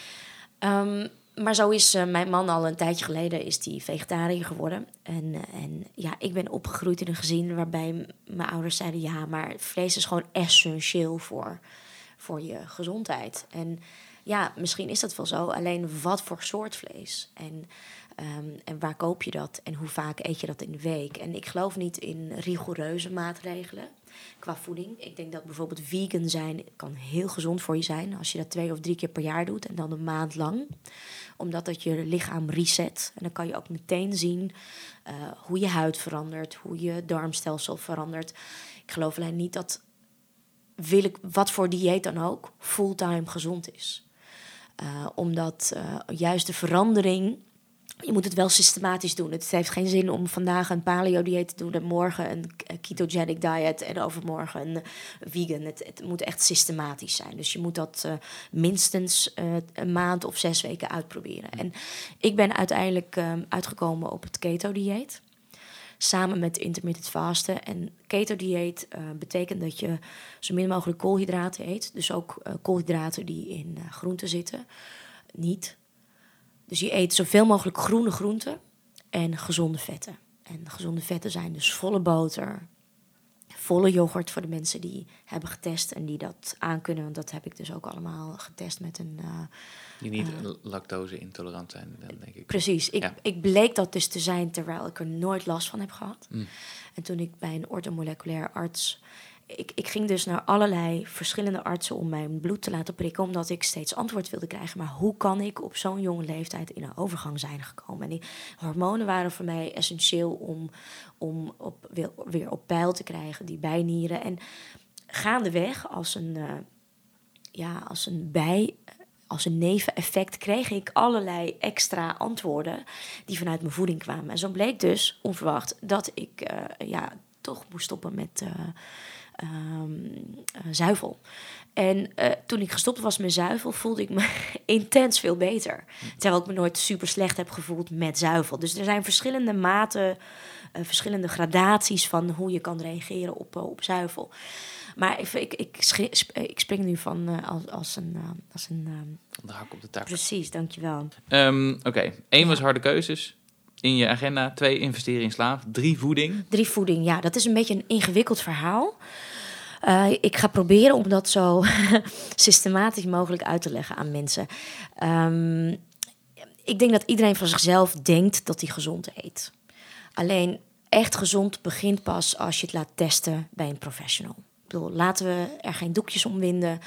Um, maar zo is uh, mijn man al een tijdje geleden is die vegetariër geworden. En, uh, en ja, ik ben opgegroeid in een gezin waarbij m- mijn ouders zeiden, ja, maar vlees is gewoon essentieel voor, voor je gezondheid. En ja, misschien is dat wel zo. Alleen wat voor soort vlees? En, um, en waar koop je dat? En hoe vaak eet je dat in de week? En ik geloof niet in rigoureuze maatregelen qua voeding. Ik denk dat bijvoorbeeld vegan zijn kan heel gezond voor je zijn als je dat twee of drie keer per jaar doet en dan een maand lang. Omdat dat je lichaam reset. En dan kan je ook meteen zien uh, hoe je huid verandert, hoe je darmstelsel verandert. Ik geloof alleen niet dat, wil ik, wat voor dieet dan ook, fulltime gezond is. Uh, omdat uh, juist de verandering, je moet het wel systematisch doen. Het heeft geen zin om vandaag een paleo-dieet te doen en morgen een ketogenic diet en overmorgen een vegan. Het, het moet echt systematisch zijn. Dus je moet dat uh, minstens uh, een maand of zes weken uitproberen. En ik ben uiteindelijk uh, uitgekomen op het keto-dieet. Samen met intermittent fasten. En keto-dieet uh, betekent dat je zo min mogelijk koolhydraten eet. Dus ook uh, koolhydraten die in uh, groenten zitten. Niet. Dus je eet zoveel mogelijk groene groenten en gezonde vetten. En gezonde vetten zijn dus volle boter, volle yoghurt voor de mensen die hebben getest en die dat aankunnen. Want dat heb ik dus ook allemaal getest met een... Uh, die niet uh, lactose-intolerant zijn, dan denk ik. Precies. Ik, ja. ik bleek dat dus te zijn terwijl ik er nooit last van heb gehad. Mm. En toen ik bij een orthomoleculair arts... Ik, ik ging dus naar allerlei verschillende artsen om mijn bloed te laten prikken, omdat ik steeds antwoord wilde krijgen. Maar hoe kan ik op zo'n jonge leeftijd in een overgang zijn gekomen? En die hormonen waren voor mij essentieel om, om op, weer, weer op peil te krijgen, die bijnieren. En gaandeweg, als een, uh, ja, als een bij... Als een neveneffect kreeg ik allerlei extra antwoorden die vanuit mijn voeding kwamen. En zo bleek dus, onverwacht, dat ik uh, ja, toch moest stoppen met uh, um, uh, zuivel. En uh, toen ik gestopt was met zuivel, voelde ik me intens veel beter. Terwijl ik me nooit super slecht heb gevoeld met zuivel. Dus er zijn verschillende maten, uh, verschillende gradaties van hoe je kan reageren op, uh, op zuivel. Maar ik, ik, ik, ik spring nu van uh, als, als een... Uh, als een uh, van de hak op de tak. Precies, dankjewel. Um, Oké, okay. Eén ja. was harde keuzes in je agenda. Twee, investeren in slaap. Drie, voeding. Drie, voeding, ja. Dat is een beetje een ingewikkeld verhaal. Uh, ik ga proberen om dat zo systematisch mogelijk uit te leggen aan mensen. Um, ik denk dat iedereen van zichzelf denkt dat hij gezond eet. Alleen echt gezond begint pas als je het laat testen bij een professional. Ik bedoel, laten we er geen doekjes om winden.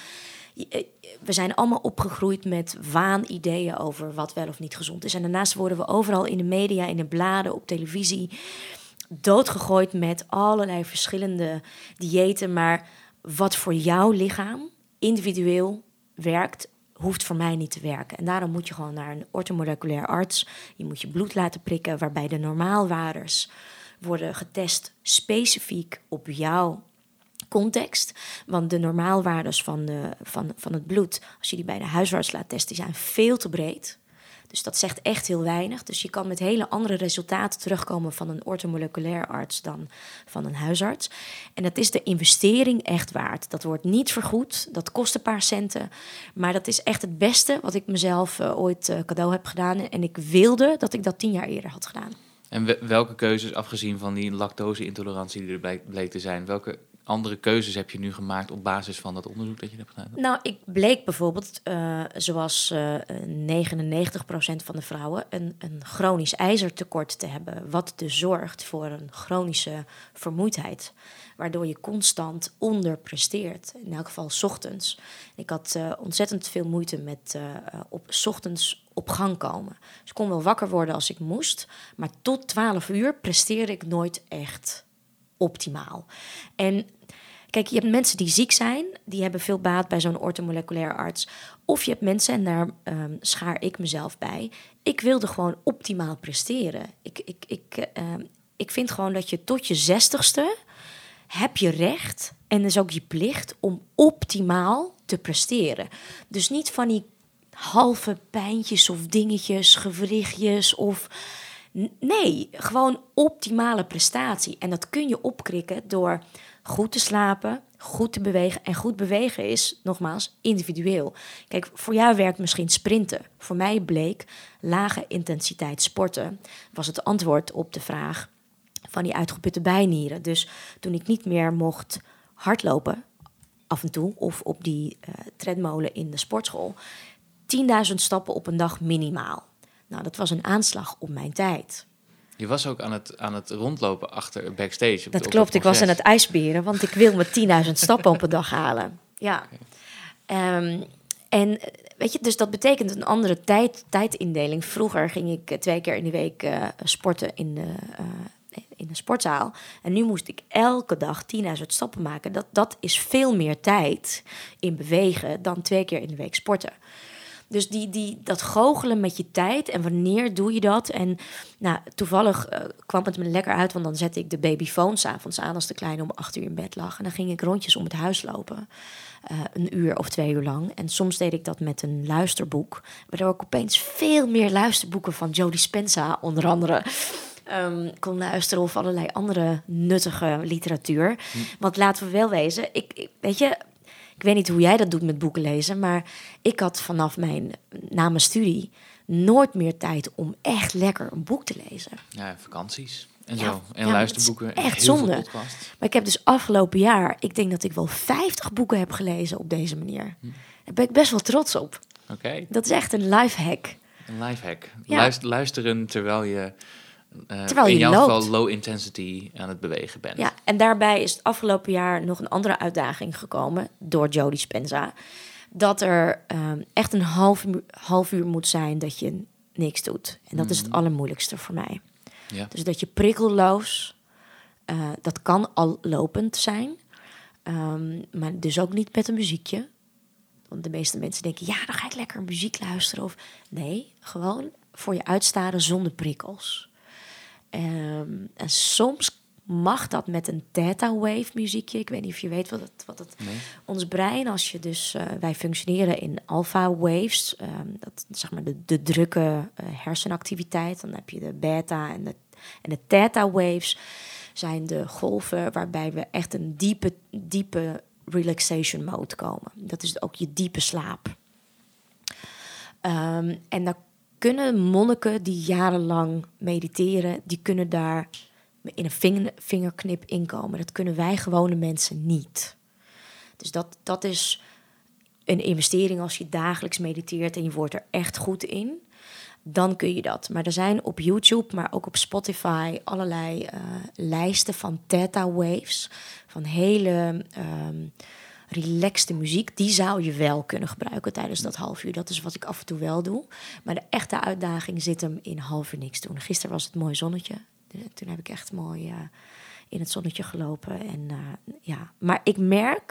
We zijn allemaal opgegroeid met waanideeën over wat wel of niet gezond is. En daarnaast worden we overal in de media, in de bladen, op televisie doodgegooid met allerlei verschillende diëten. Maar wat voor jouw lichaam individueel werkt, hoeft voor mij niet te werken. En daarom moet je gewoon naar een orthomoleculair arts. Je moet je bloed laten prikken, waarbij de normaalwaardes worden getest specifiek op jouw context. Want de normaalwaardes van, de, van, van het bloed, als je die bij de huisarts laat testen, die zijn veel te breed. Dus dat zegt echt heel weinig. Dus je kan met hele andere resultaten terugkomen van een orthomoleculair arts dan van een huisarts. En dat is de investering echt waard. Dat wordt niet vergoed, dat kost een paar centen. Maar dat is echt het beste wat ik mezelf uh, ooit uh, cadeau heb gedaan. En ik wilde dat ik dat tien jaar eerder had gedaan. En welke keuzes, afgezien van die lactose-intolerantie die er bleek, bleek te zijn, welke andere keuzes heb je nu gemaakt op basis van dat onderzoek dat je hebt gedaan? Nou, ik bleek bijvoorbeeld, uh, zoals uh, negenennegentig procent van de vrouwen, een, een chronisch ijzertekort te hebben, wat dus zorgt voor een chronische vermoeidheid, waardoor je constant onderpresteert, in elk geval 's ochtends. Ik had uh, ontzettend veel moeite met uh, op 's ochtends op gang komen. Dus ik kon wel wakker worden als ik moest, maar tot twaalf uur presteerde ik nooit echt optimaal. En kijk, je hebt mensen die ziek zijn, die hebben veel baat bij zo'n orthomoleculair arts. Of je hebt mensen, en daar um, schaar ik mezelf bij, ik wilde gewoon optimaal presteren. Ik, ik, ik, uh, ik vind gewoon dat je tot je zestigste heb je recht, en is ook je plicht, om optimaal te presteren. Dus niet van die halve pijntjes of dingetjes, gewrichtjes of... Nee, gewoon optimale prestatie. En dat kun je opkrikken door goed te slapen, goed te bewegen. En goed bewegen is, nogmaals, individueel. Kijk, voor jou werkt misschien sprinten. Voor mij bleek lage intensiteit sporten was het antwoord op de vraag van die uitgeputte bijnieren. Dus toen ik niet meer mocht hardlopen, af en toe, of op die uh, treadmolen in de sportschool, tienduizend stappen op een dag minimaal. Nou, dat was een aanslag op mijn tijd. Je was ook aan het, aan het rondlopen achter backstage. Op dat de, klopt, op ik was aan het ijsberen, want ik wil me tienduizend stappen op een dag halen. Ja. Okay. Um, en weet je, dus dat betekent een andere tijd, tijdindeling. Vroeger ging ik twee keer in de week uh, sporten in de, uh, in de sportzaal. En nu moest ik elke dag tienduizend stappen maken. Dat, dat is veel meer tijd in bewegen dan twee keer in de week sporten. Dus die, die, dat goochelen met je tijd en wanneer doe je dat? En nou, toevallig uh, kwam het me lekker uit, want dan zette ik de babyfoon 's avonds aan als de kleine om acht uur in bed lag. En dan ging ik rondjes om het huis lopen, uh, een uur of twee uur lang. En soms deed ik dat met een luisterboek, waardoor ik opeens veel meer luisterboeken van Joe Dispenza, onder andere, um, kon luisteren, of allerlei andere nuttige literatuur. Hm. Want laten we wel wezen, ik, ik weet je... Ik weet niet hoe jij dat doet met boeken lezen, maar ik had vanaf mijn, na mijn studie nooit meer tijd om echt lekker een boek te lezen. Ja, vakanties en zo. Ja, en ja, luisterboeken. Echt heel zonde. Veel podcasts. Maar ik heb dus afgelopen jaar, ik denk dat ik wel vijftig boeken heb gelezen op deze manier. Hm. Daar ben ik best wel trots op. Oké. Okay. Dat is echt een lifehack. Een lifehack. Ja. Luister, luisteren terwijl je... Uh, Terwijl je in jouw loopt. geval low intensity aan het bewegen bent. Ja, en daarbij is het afgelopen jaar nog een andere uitdaging gekomen door Joe Dispenza. Dat er um, echt een half uur, half uur moet zijn dat je niks doet. En dat mm. is het allermoeilijkste voor mij. Ja. Dus dat je prikkelloos, uh, dat kan al lopend zijn. Um, maar dus ook niet met een muziekje. Want de meeste mensen denken, ja, dan ga ik lekker muziek luisteren. Of nee, gewoon voor je uitstaren zonder prikkels. Um, en soms mag dat met een theta wave muziekje. Ik weet niet of je weet wat het... Wat het nee. Ons brein, als je dus... Uh, wij functioneren in alpha waves. Um, dat zeg maar de, de drukke uh, hersenactiviteit. Dan heb je de beta en de, en de theta waves. Zijn de golven waarbij we echt een diepe, diepe relaxation mode komen. Dat is ook je diepe slaap. Um, en dan kunnen monniken die jarenlang mediteren, die kunnen daar in een vinger, vingerknip inkomen. Dat kunnen wij gewone mensen niet. Dus dat, dat is een investering als je dagelijks mediteert en je wordt er echt goed in. Dan kun je dat. Maar er zijn op YouTube, maar ook op Spotify allerlei uh, lijsten van theta waves. Van hele um, relaxte muziek. Die zou je wel kunnen gebruiken tijdens dat half uur. Dat is wat ik af en toe wel doe. Maar de echte uitdaging zit hem in half uur niks doen. Gisteren was het mooi zonnetje. Toen heb ik echt mooi uh, in het zonnetje gelopen. En, uh, ja. Maar ik merk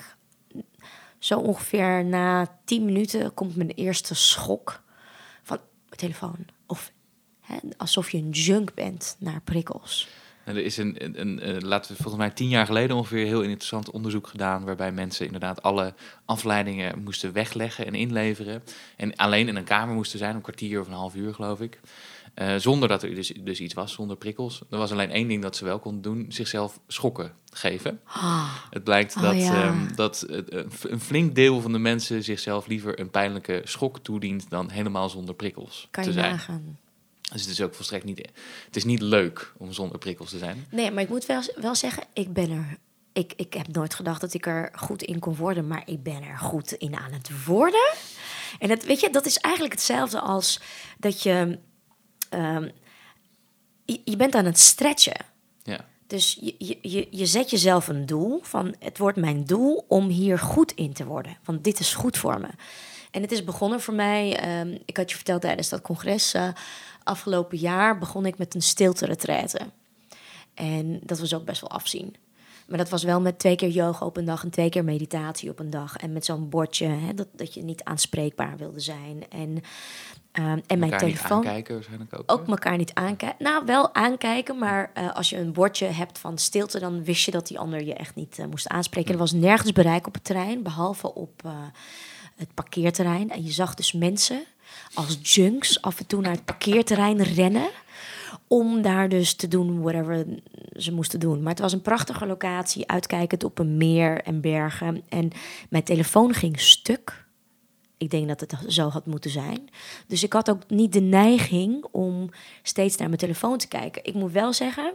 zo ongeveer na tien minuten komt mijn eerste schok van mijn telefoon. Of hè, alsof je een junk bent naar prikkels. En er is een, een, een, een, laten we volgens mij tien jaar geleden ongeveer heel interessant onderzoek gedaan, waarbij mensen inderdaad alle afleidingen moesten wegleggen en inleveren. En alleen in een kamer moesten zijn, een kwartier of een half uur geloof ik. Uh, zonder dat er dus, dus iets was, zonder prikkels. Er was alleen één ding dat ze wel konden doen, zichzelf schokken geven. Oh. Het blijkt Oh, dat, ja. um, dat uh, een flink deel van de mensen zichzelf liever een pijnlijke schok toedient dan helemaal zonder prikkels Kan te je zijn. nagaan. Dus het is ook volstrekt niet... Het is niet leuk om zonder prikkels te zijn. Nee, maar ik moet wel, wel zeggen, ik ben er... Ik, ik heb nooit gedacht dat ik er goed in kon worden, maar ik ben er goed in aan het worden. En het, weet je, dat is eigenlijk hetzelfde als dat je... Um, je, je bent aan het stretchen. Ja. Dus je, je, je, je zet jezelf een doel van... het wordt mijn doel om hier goed in te worden. Want dit is goed voor me. En het is begonnen voor mij... Um, ik had je verteld tijdens dat congres... Uh, afgelopen jaar begon ik met een stilte-retraite. En dat was ook best wel afzien. Maar dat was wel met twee keer yoga op een dag... en twee keer meditatie op een dag. En met zo'n bordje, hè, dat, dat je niet aanspreekbaar wilde zijn. En, um, en mijn telefoon... Niet aankijken waarschijnlijk ook. Ook elkaar niet aankijken. Nou, wel aankijken, maar uh, als je een bordje hebt van stilte... dan wist je dat die ander je echt niet uh, moest aanspreken. Er was nergens bereik op het terrein, behalve op uh, het parkeerterrein. En je zag dus mensen als junks af en toe naar het parkeerterrein rennen... om daar dus te doen whatever ze moesten doen. Maar het was een prachtige locatie, uitkijkend op een meer en bergen. En mijn telefoon ging stuk... Ik denk dat het zo had moeten zijn. Dus ik had ook niet de neiging om steeds naar mijn telefoon te kijken. Ik moet wel zeggen,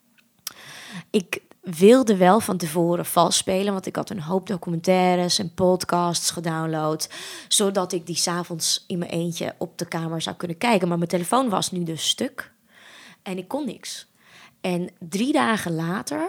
ik wilde wel van tevoren vals spelen, want ik had een hoop documentaires en podcasts gedownload, zodat ik die 's avonds in mijn eentje op de kamer zou kunnen kijken. Maar mijn telefoon was nu dus stuk en ik kon niks. En drie dagen later...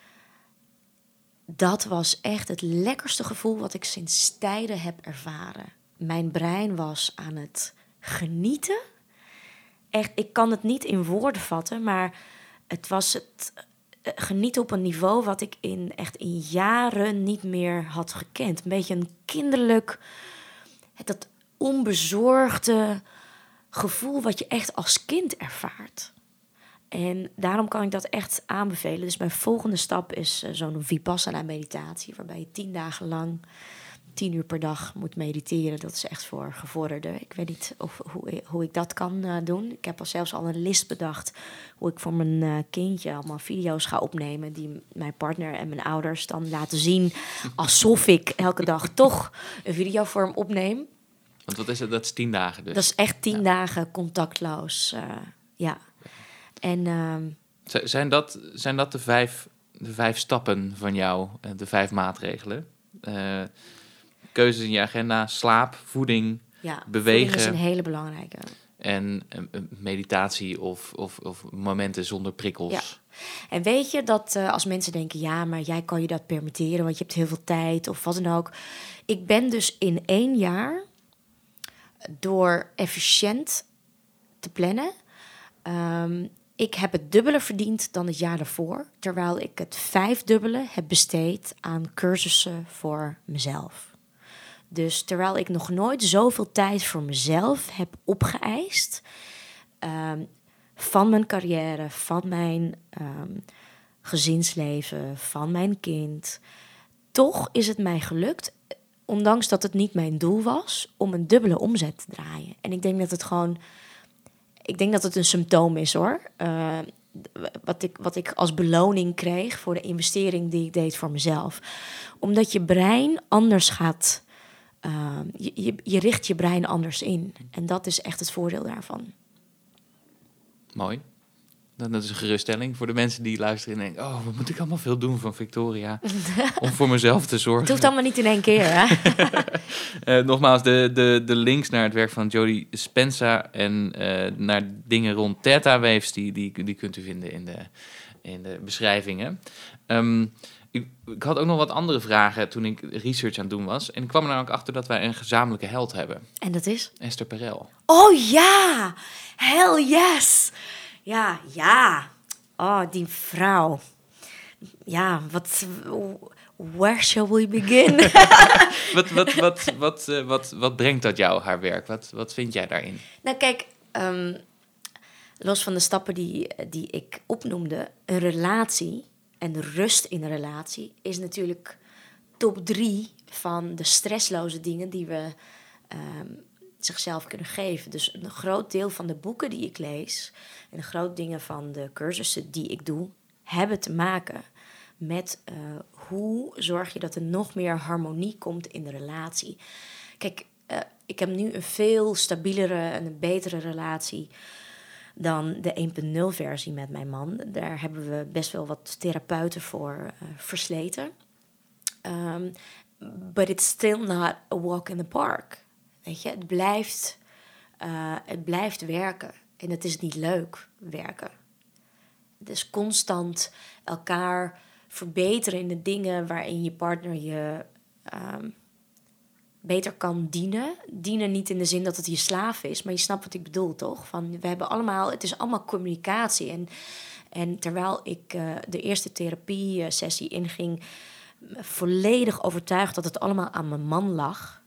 Dat was echt het lekkerste gevoel wat ik sinds tijden heb ervaren. Mijn brein was aan het genieten. Echt, ik kan het niet in woorden vatten, maar het was het genieten op een niveau wat ik in echt in jaren niet meer had gekend. Een beetje een kinderlijk, dat onbezorgde gevoel wat je echt als kind ervaart. En daarom kan ik dat echt aanbevelen. Dus mijn volgende stap is uh, zo'n Vipassana-meditatie... waarbij je tien dagen lang, tien uur per dag moet mediteren. Dat is echt voor gevorderden. Ik weet niet of, hoe, hoe ik dat kan uh, doen. Ik heb al zelfs al een list bedacht... hoe ik voor mijn uh, kindje allemaal video's ga opnemen... die mijn partner en mijn ouders dan laten zien... alsof ik elke dag toch een video voor hem opneem. Want wat is het? Dat is tien dagen dus? Dat is echt tien ja. dagen contactloos, uh, ja... En, uh, zijn, dat, zijn dat de vijf, de vijf stappen van jou, de vijf maatregelen? Uh, keuzes in je agenda, slaap, voeding, ja, bewegen. Voeding is een hele belangrijke. En uh, meditatie of, of, of momenten zonder prikkels. Ja. En weet je dat uh, als mensen denken... ja, maar jij kan je dat permitteren, want je hebt heel veel tijd of wat dan ook. Ik ben dus in één jaar, door efficiënt te plannen... Um, ik heb het dubbele verdiend dan het jaar daarvoor... terwijl ik het vijfdubbele heb besteed aan cursussen voor mezelf. Dus terwijl ik nog nooit zoveel tijd voor mezelf heb opgeëist... Um, van mijn carrière, van mijn um, gezinsleven, van mijn kind... toch is het mij gelukt, ondanks dat het niet mijn doel was... om een dubbele omzet te draaien. En ik denk dat het gewoon... Ik denk dat het een symptoom is, hoor. Uh, wat, ik, wat ik als beloning kreeg voor de investering die ik deed voor mezelf. Omdat je brein anders gaat... Uh, je, je, je richt je brein anders in. En dat is echt het voordeel daarvan. Mooi. Dat is een geruststelling voor de mensen die luisteren en denken... oh, wat moet ik allemaal veel doen van Victoria om voor mezelf te zorgen. Het hoeft allemaal niet in één keer, hè? uh, nogmaals, de, de, de links naar het werk van Jodie Spenza... en uh, naar dingen rond Theta Waves... die, die, die kunt u vinden in de, in de beschrijvingen. Um, ik, ik had ook nog wat andere vragen toen ik research aan het doen was. En ik kwam er namelijk achter dat wij een gezamenlijke held hebben. En dat is? Esther Perel. Oh ja! Hell yes! Ja, ja. Oh, die vrouw. Ja, wat, hoe, where shall we begin? wat, wat, wat, wat, uh, wat, wat brengt dat jou, haar werk? Wat, wat vind jij daarin? Nou kijk, um, los van de stappen die, die ik opnoemde, een relatie en de rust in een relatie is natuurlijk top drie van de stressloze dingen die we um, zichzelf kunnen geven. Dus een groot deel van de boeken die ik lees en een groot deel van de cursussen die ik doe, hebben te maken met uh, hoe zorg je dat er nog meer harmonie komt in de relatie. Kijk, uh, ik heb nu een veel stabielere en een betere relatie dan de één punt nul versie met mijn man. Daar hebben we best wel wat therapeuten voor uh, versleten. Um, but it's still not a walk in the park. Weet je, het blijft, uh, het blijft werken. En het is niet leuk werken. Het is constant elkaar verbeteren in de dingen waarin je partner je um, beter kan dienen. Dienen niet in de zin dat het je slaaf is, maar je snapt wat ik bedoel, toch? Van, we hebben allemaal, het is allemaal communicatie. En, en terwijl ik uh, de eerste therapie-sessie inging, volledig overtuigd dat het allemaal aan mijn man lag.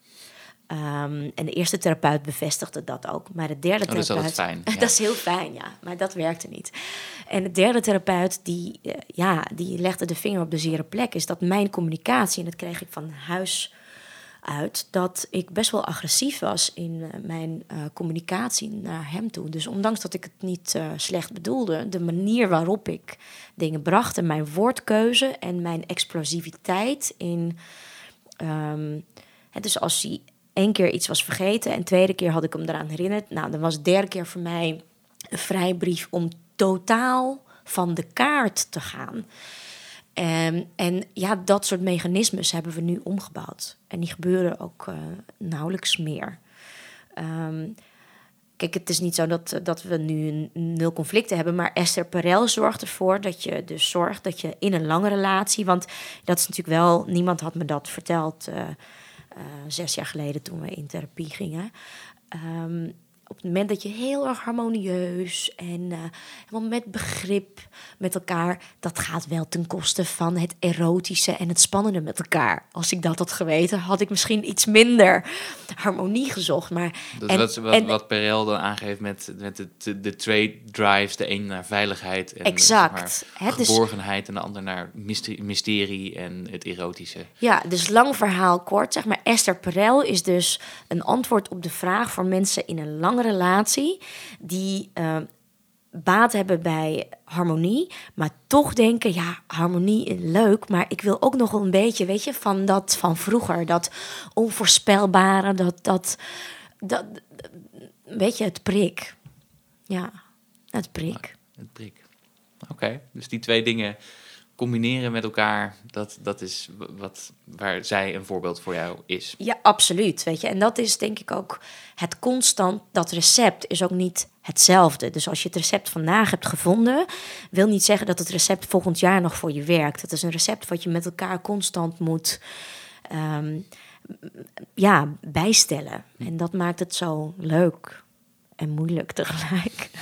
Um, en de eerste therapeut bevestigde dat ook. Maar de derde oh, dat therapeut... is fijn. Ja. Dat is heel fijn, ja. Maar dat werkte niet. En de derde therapeut, die, uh, ja, die legde de vinger op de zere plek, is dat mijn communicatie, en dat kreeg ik van huis uit, dat ik best wel agressief was in uh, mijn uh, communicatie naar hem toe. Dus ondanks dat ik het niet uh, slecht bedoelde, de manier waarop ik dingen bracht en mijn woordkeuze en mijn explosiviteit in... Um, hè, dus als hij één keer iets was vergeten en de tweede keer had ik hem eraan herinnerd, nou, dan was de derde keer voor mij een vrijbrief om totaal van de kaart te gaan. Um, en ja, dat soort mechanismes hebben we nu omgebouwd. En die gebeuren ook uh, nauwelijks meer. Um, kijk, het is niet zo dat, dat we nu nul conflicten hebben, maar Esther Perel zorgt ervoor dat je dus zorgt dat je in een lange relatie, want dat is natuurlijk wel, niemand had me dat verteld uh, uh, zes jaar geleden toen we in therapie gingen. Um, op het moment dat je heel erg harmonieus en uh, helemaal met begrip met elkaar, dat gaat wel ten koste van het erotische en het spannende met elkaar. Als ik dat had geweten, had ik misschien iets minder harmonie gezocht. Maar, dat en, is wat, en, wat Perel dan aangeeft met, met de, de twee drives, de een naar veiligheid en exact, zeg maar, hè, geborgenheid, dus, en de ander naar mysterie, mysterie en het erotische. Ja, dus lang verhaal kort, zeg maar. Esther Perel is dus een antwoord op de vraag voor mensen in een lange relatie die uh, baat hebben bij harmonie, maar toch denken, ja, harmonie is leuk, maar ik wil ook nog een beetje, weet je, van dat van vroeger, dat onvoorspelbare, dat, dat, dat weet je, het prik. Ja, het prik. Het prik. Oké, okay, dus die twee dingen combineren met elkaar, dat, dat is wat, waar zij een voorbeeld voor jou is. Ja, absoluut, weet je. En dat is denk ik ook het constant, dat recept is ook niet hetzelfde. Dus als je het recept vandaag hebt gevonden, wil niet zeggen dat het recept volgend jaar nog voor je werkt. Het is een recept wat je met elkaar constant moet um, ja, bijstellen. En dat maakt het zo leuk en moeilijk tegelijk.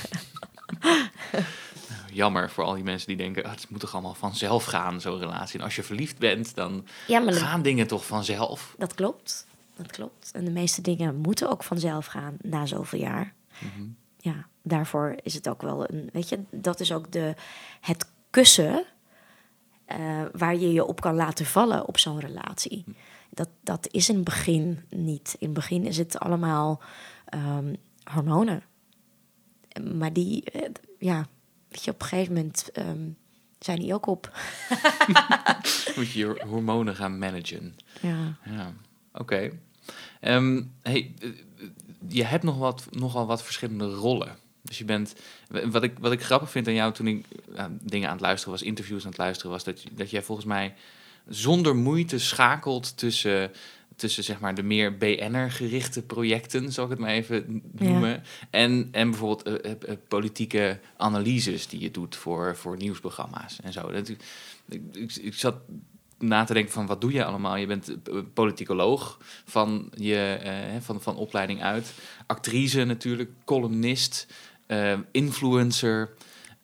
Jammer voor al die mensen die denken, oh, het moet toch allemaal vanzelf gaan, zo'n relatie. En als je verliefd bent, dan ja, maar gaan dingen toch vanzelf. Dat klopt, dat klopt. En de meeste dingen moeten ook vanzelf gaan na zoveel jaar. Mm-hmm. Ja, daarvoor is het ook wel een, weet je, dat is ook de, het kussen uh, waar je je op kan laten vallen op zo'n relatie. Mm. Dat, dat is in het begin niet. In het begin is het allemaal um, hormonen. Maar die, uh, ja... Weet je, op een gegeven moment um, zijn die ook op. Moet je je hormonen gaan managen. Ja. Ja, oké. Okay. Um, hey, je hebt nog wat, nogal wat verschillende rollen. Dus je bent... Wat ik, wat ik grappig vind aan jou toen ik uh, dingen aan het luisteren was, interviews aan het luisteren was, dat, dat jij volgens mij zonder moeite schakelt tussen... tussen zeg maar de meer B N R-gerichte projecten, zal ik het maar even noemen, ja. en, en bijvoorbeeld uh, uh, politieke analyses die je doet voor, voor nieuwsprogramma's en zo. Dat, ik, ik, ik zat na te denken van, wat doe je allemaal? Je bent uh, politicoloog van, je, uh, van, van opleiding uit, actrice natuurlijk, columnist, uh, influencer,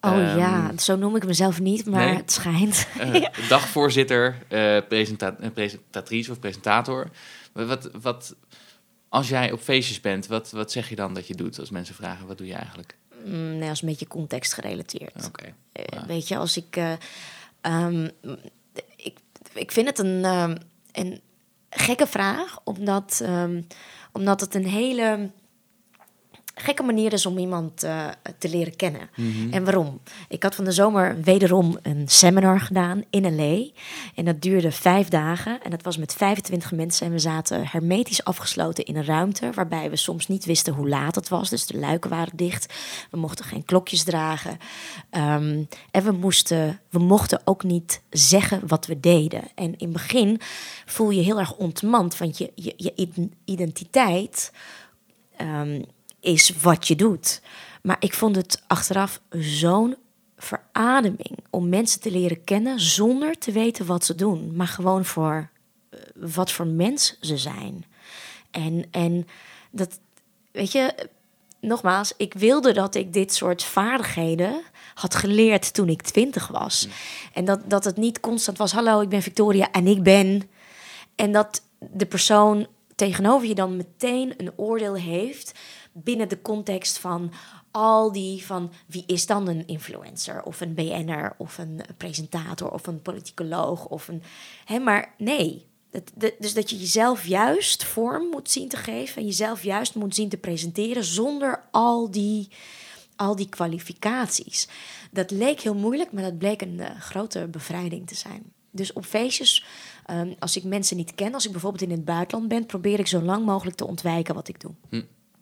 Oh Um, ja, zo noem ik mezelf niet, maar nee? het schijnt. Uh, dagvoorzitter, uh, presenta- presentatrice of presentator. Wat, wat, als jij op feestjes bent, wat, wat zeg je dan dat je doet? Als mensen vragen, wat doe je eigenlijk? Mm, nee, als een beetje context gerelateerd. Oké. Okay. Uh, Ja. Weet je, als ik... Uh, um, ik, ik vind het een, um, een gekke vraag, omdat, um, omdat het een hele... gekke manier is om iemand uh, te leren kennen. Mm-hmm. En waarom? Ik had van de zomer wederom een seminar gedaan in L A. En dat duurde vijf dagen. En dat was met vijfentwintig mensen. En we zaten hermetisch afgesloten in een ruimte, waarbij we soms niet wisten hoe laat het was. Dus de luiken waren dicht. We mochten geen klokjes dragen. Um, en we, moesten, we mochten ook niet zeggen wat we deden. En in het begin voel je heel erg ontmand, want je, je, je identiteit... Um, is wat je doet. Maar ik vond het achteraf zo'n verademing om mensen te leren kennen zonder te weten wat ze doen, maar gewoon voor uh, wat voor mens ze zijn. En, en dat, weet je, nogmaals, ik wilde dat ik dit soort vaardigheden had geleerd toen ik twintig was. Mm. En dat, dat het niet constant was, hallo, ik ben Victoria en ik ben... En dat de persoon tegenover je dan meteen een oordeel heeft binnen de context van al die van wie is dan een influencer of een B N'er of een presentator of een politicoloog of een... Hè, maar nee, dat, dat, dus dat je jezelf juist vorm moet zien te geven en jezelf juist moet zien te presenteren zonder al die, al die kwalificaties. Dat leek heel moeilijk, maar dat bleek een uh, grote bevrijding te zijn. Dus op feestjes, um, als ik mensen niet ken, als ik bijvoorbeeld in het buitenland ben, probeer ik zo lang mogelijk te ontwijken wat ik doe. Hm.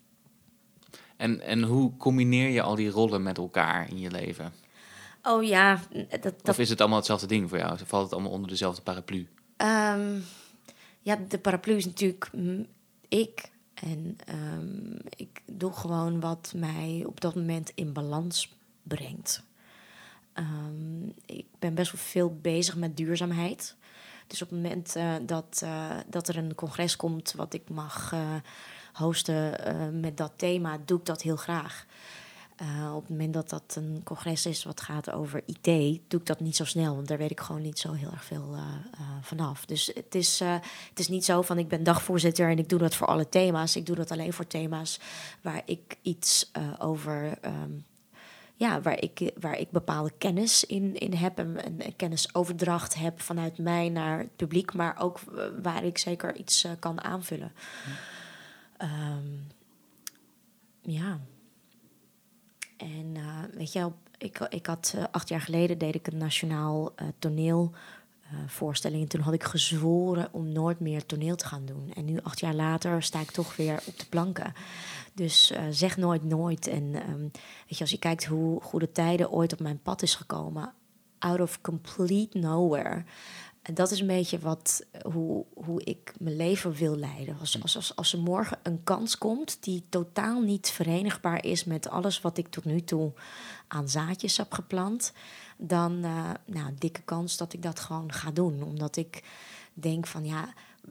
En, en hoe combineer je al die rollen met elkaar in je leven? Oh ja. Dat, dat... Of is het allemaal hetzelfde ding voor jou? Of valt het allemaal onder dezelfde paraplu? Um, ja, de paraplu is natuurlijk mm, ik. En um, ik doe gewoon wat mij op dat moment in balans brengt. Um, ik ben best wel veel bezig met duurzaamheid. Dus op het moment uh, dat, uh, dat er een congres komt wat ik mag... Uh, hosten uh, met dat thema, doe ik dat heel graag. Uh, op het moment dat dat een congres is wat gaat over I T, doe ik dat niet zo snel, want daar weet ik gewoon niet zo heel erg veel uh, uh, vanaf. Dus het is, uh, het is niet zo van ik ben dagvoorzitter en ik doe dat voor alle thema's. Ik doe dat alleen voor thema's waar ik iets uh, over... Um, ja, waar ik, waar ik bepaalde kennis in, in heb en, en kennisoverdracht heb vanuit mij naar het publiek, maar ook uh, waar ik zeker iets uh, kan aanvullen. Hm. Um, ja. En uh, weet je, ik, ik had uh, acht jaar geleden deed ik een nationaal uh, toneelvoorstelling. Uh, en toen had ik gezworen om nooit meer toneel te gaan doen. En nu, acht jaar later, sta ik toch weer op de planken. Dus uh, zeg nooit nooit. En um, weet je, als je kijkt hoe Goede Tijden ooit op mijn pad is gekomen, out of complete nowhere. En dat is een beetje wat, hoe, hoe ik mijn leven wil leiden. Als, als, als, als er morgen een kans komt die totaal niet verenigbaar is met alles wat ik tot nu toe aan zaadjes heb geplant, dan uh, nou, dikke kans dat ik dat gewoon ga doen. Omdat ik denk van ja,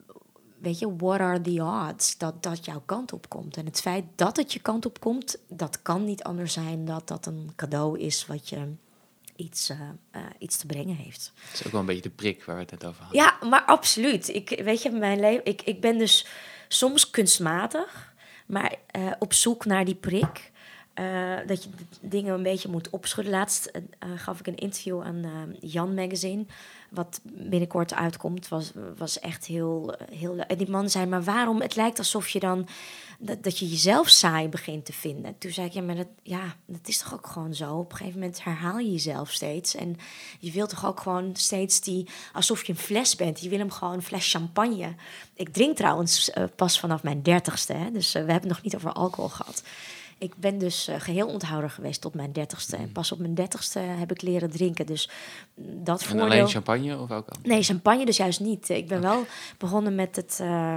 weet je, what are the odds dat dat jouw kant op komt? En het feit dat het je kant op komt, dat kan niet anders zijn dat dat een cadeau is wat je... Iets, uh, uh, iets te brengen heeft. Het is ook wel een beetje de prik waar we het net over hadden. Ja, maar absoluut. Ik, weet je, mijn leven, ik, ik ben dus soms kunstmatig, maar uh, op zoek naar die prik. Uh, dat je dingen een beetje moet opschudden. Laatst uh, gaf ik een interview aan uh, Jan Magazine, wat binnenkort uitkomt. Was, was echt heel, heel leuk. En die man zei, maar waarom? Het lijkt alsof je dan... Dat, dat je jezelf saai begint te vinden. Toen zei ik, ja, maar dat, ja, dat is toch ook gewoon zo. Op een gegeven moment herhaal je jezelf steeds. En je wilt toch ook gewoon steeds die... Alsof je een fles bent. Je wil hem gewoon een fles champagne. Ik drink trouwens uh, pas vanaf mijn dertigste. Hè? Dus uh, we hebben het nog niet over alcohol gehad. Ik ben dus uh, geheel onthouder geweest tot mijn dertigste. En pas op mijn dertigste heb ik leren drinken. Dus dat en voordeel... alleen champagne of ook al? Nee, champagne dus juist niet. Ik ben okay. wel begonnen met het... Uh,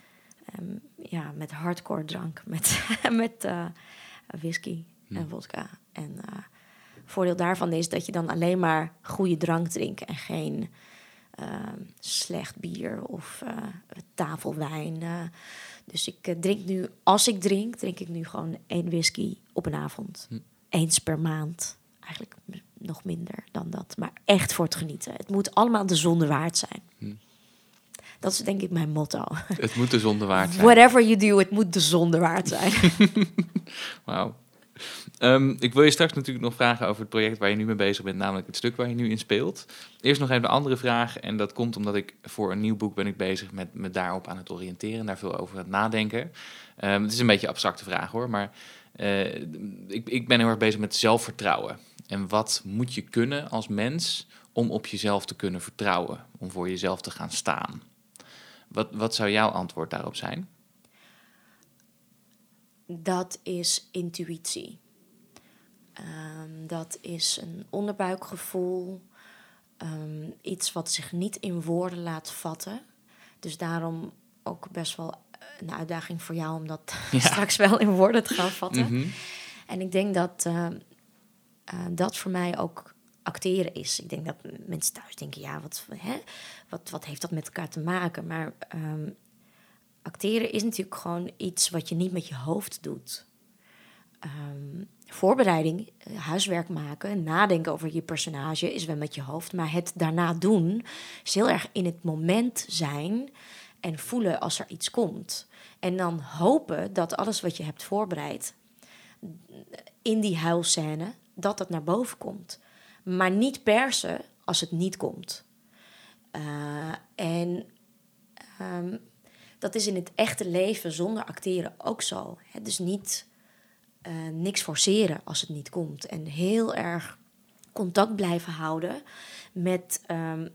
um, ja, met hardcore drank. Met, met uh, whisky en hmm. vodka. En uh, voordeel daarvan is dat je dan alleen maar goede drank drinkt. En geen uh, slecht bier of uh, tafelwijn. Uh, Dus ik uh, drink nu, als ik drink, drink ik nu gewoon één whisky op een avond. Hm. Eens per maand eigenlijk nog minder dan dat. Maar echt voor het genieten. Het moet allemaal de zonde waard zijn. Hm. Dat is denk ik mijn motto. Het moet de zonde waard zijn. Whatever you do, het moet de zonde waard zijn. Wauw. Um, ik wil je straks natuurlijk nog vragen over het project waar je nu mee bezig bent, namelijk het stuk waar je nu in speelt. Eerst nog even een andere vraag, en dat komt omdat ik voor een nieuw boek ben ik bezig met me daarop aan het oriënteren, daar veel over aan het nadenken. Um, het is een beetje een abstracte vraag hoor, maar uh, ik, ik ben heel erg bezig met zelfvertrouwen. En wat moet je kunnen als mens om op jezelf te kunnen vertrouwen, om voor jezelf te gaan staan? Wat, wat zou jouw antwoord daarop zijn? Dat is intuïtie. Um, dat is een onderbuikgevoel. Um, iets wat zich niet in woorden laat vatten. Dus daarom ook best wel een uitdaging voor jou om dat ja. straks wel in woorden te gaan vatten. Mm-hmm. En ik denk dat uh, uh, dat voor mij ook acteren is. Ik denk dat mensen thuis denken, ja, wat, hè, wat, wat heeft dat met elkaar te maken? Maar um, acteren is natuurlijk gewoon iets wat je niet met je hoofd doet. Um, voorbereiding, huiswerk maken, nadenken over je personage is wel met je hoofd. Maar het daarna doen is heel erg in het moment zijn en voelen als er iets komt. En dan hopen dat alles wat je hebt voorbereid in die huilscène, dat dat naar boven komt. Maar niet persen als het niet komt. Uh, en um, dat is in het echte leven zonder acteren ook zo. Hè? Dus niet uh, niks forceren als het niet komt. En heel erg contact blijven houden met um,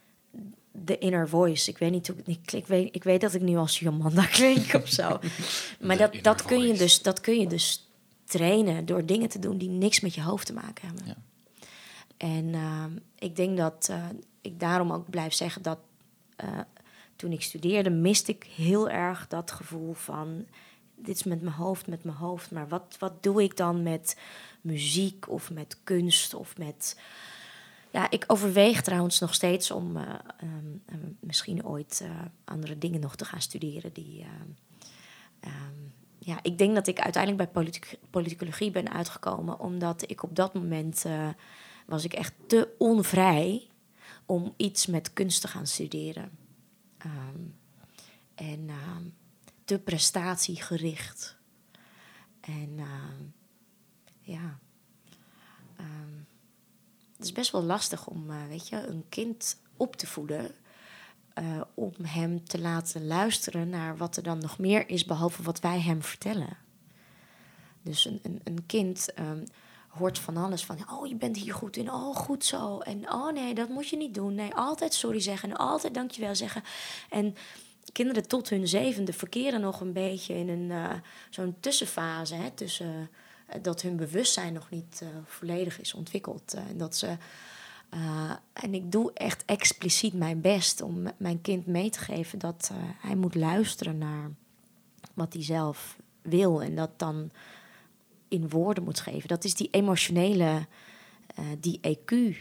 de inner voice. Ik weet niet hoe ik, ik, weet, ik weet dat ik nu als Jomanda klink of zo. Maar dat, dat, kun je dus, dat kun je dus trainen door dingen te doen die niks met je hoofd te maken hebben. Ja. En uh, ik denk dat uh, ik daarom ook blijf zeggen dat uh, toen ik studeerde miste ik heel erg dat gevoel van dit is met mijn hoofd, met mijn hoofd. Maar wat, wat doe ik dan met muziek of met kunst of met... Ja, ik overweeg trouwens nog steeds om uh, um, um, misschien ooit uh, andere dingen nog te gaan studeren. Die, uh, um, ja, ik denk dat ik uiteindelijk bij politic- politicologie ben uitgekomen, omdat ik op dat moment uh, was ik echt te onvrij om iets met kunst te gaan studeren. Um, en um, te prestatiegericht. En uh, ja... Um, Het is best wel lastig om, uh, weet je, een kind op te voeden. Uh, om hem te laten luisteren naar wat er dan nog meer is, behalve wat wij hem vertellen. Dus een, een, een kind um, hoort van alles van, oh, je bent hier goed in, oh, goed zo. En oh nee, dat moet je niet doen. Nee, altijd sorry zeggen en altijd dankjewel zeggen. En kinderen tot hun zevende verkeren nog een beetje in een uh, zo'n tussenfase, hè, tussen... dat hun bewustzijn nog niet uh, volledig is ontwikkeld. Uh, en, dat ze, uh, en ik doe echt expliciet mijn best om m- mijn kind mee te geven dat uh, hij moet luisteren naar wat hij zelf wil. En dat dan in woorden moet geven. Dat is die emotionele, uh, die E Q. Uh,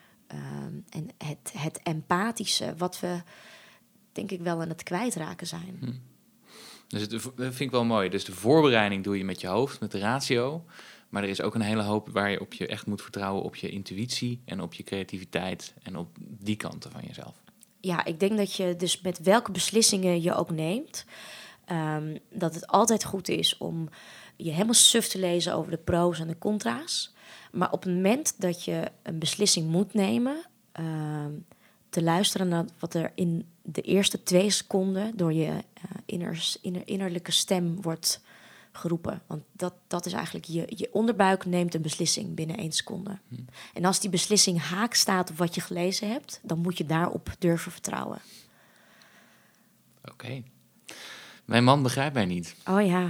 en het, het empathische, wat we denk ik wel aan het kwijtraken zijn. Hm. Dus het, dat vind ik wel mooi. Dus de voorbereiding doe je met je hoofd, met de ratio. Maar er is ook een hele hoop waar je op je echt moet vertrouwen, op je intuïtie en op je creativiteit en op die kanten van jezelf. Ja, ik denk dat je dus met welke beslissingen je ook neemt, um, dat het altijd goed is om je helemaal suf te lezen over de pro's en de contra's. Maar op het moment dat je een beslissing moet nemen, um, te luisteren naar wat er in de eerste twee seconden door je uh, inners, inner, innerlijke stem wordt geroepen. Want dat, dat is eigenlijk, je, je onderbuik neemt een beslissing binnen één seconde. Hm. En als die beslissing haak staat op wat je gelezen hebt, dan moet je daarop durven vertrouwen. Oké. Okay. Mijn man begrijpt mij niet. Oh ja.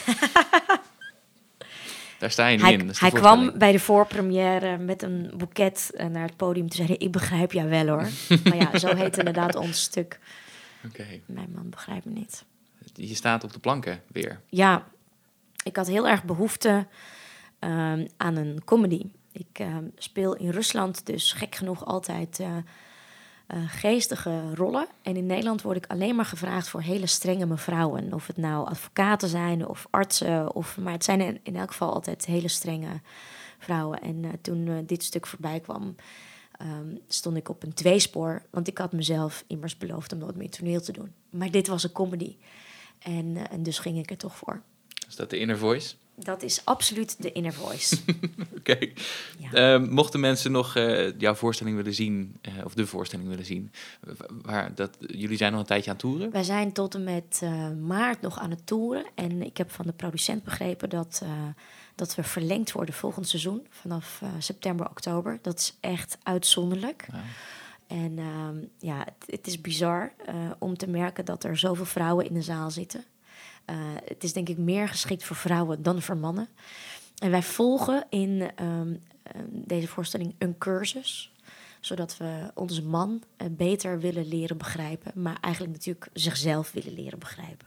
Daar sta je niet hij, in. Hij kwam bij de voorpremière met een boeket naar het podium te zeggen, ik begrijp jou wel hoor. Maar ja, zo heet inderdaad ons stuk. Okay. Mijn man begrijpt me niet. Je staat op de planken weer. Ja, ik had heel erg behoefte um, aan een comedy. Ik uh, speel in Rusland dus gek genoeg altijd uh, uh, geestige rollen. En in Nederland word ik alleen maar gevraagd voor hele strenge mevrouwen. Of het nou advocaten zijn of artsen. Of, maar het zijn in, in elk geval altijd hele strenge vrouwen. En uh, toen uh, dit stuk voorbij kwam, um, stond ik op een tweespoor. Want ik had mezelf immers beloofd om nooit meer toneel te doen. Maar dit was een comedy. En, uh, en dus ging ik er toch voor. Is dat de Inner Voice? Dat is absoluut de Inner Voice. Oké. Okay. Ja. Uh, mochten mensen nog uh, jouw voorstelling willen zien, uh, of de voorstelling willen zien, waar dat, jullie zijn nog een tijdje aan het toeren? Wij zijn tot en met uh, maart nog aan het toeren. En ik heb van de producent begrepen dat, uh, dat we verlengd worden volgend seizoen. Vanaf uh, september, oktober. Dat is echt uitzonderlijk. Ja. En uh, ja, het, het is bizar uh, om te merken dat er zoveel vrouwen in de zaal zitten. Uh, het is denk ik meer geschikt voor vrouwen dan voor mannen. En wij volgen in um, deze voorstelling een cursus, zodat we onze man uh, beter willen leren begrijpen, maar eigenlijk natuurlijk zichzelf willen leren begrijpen.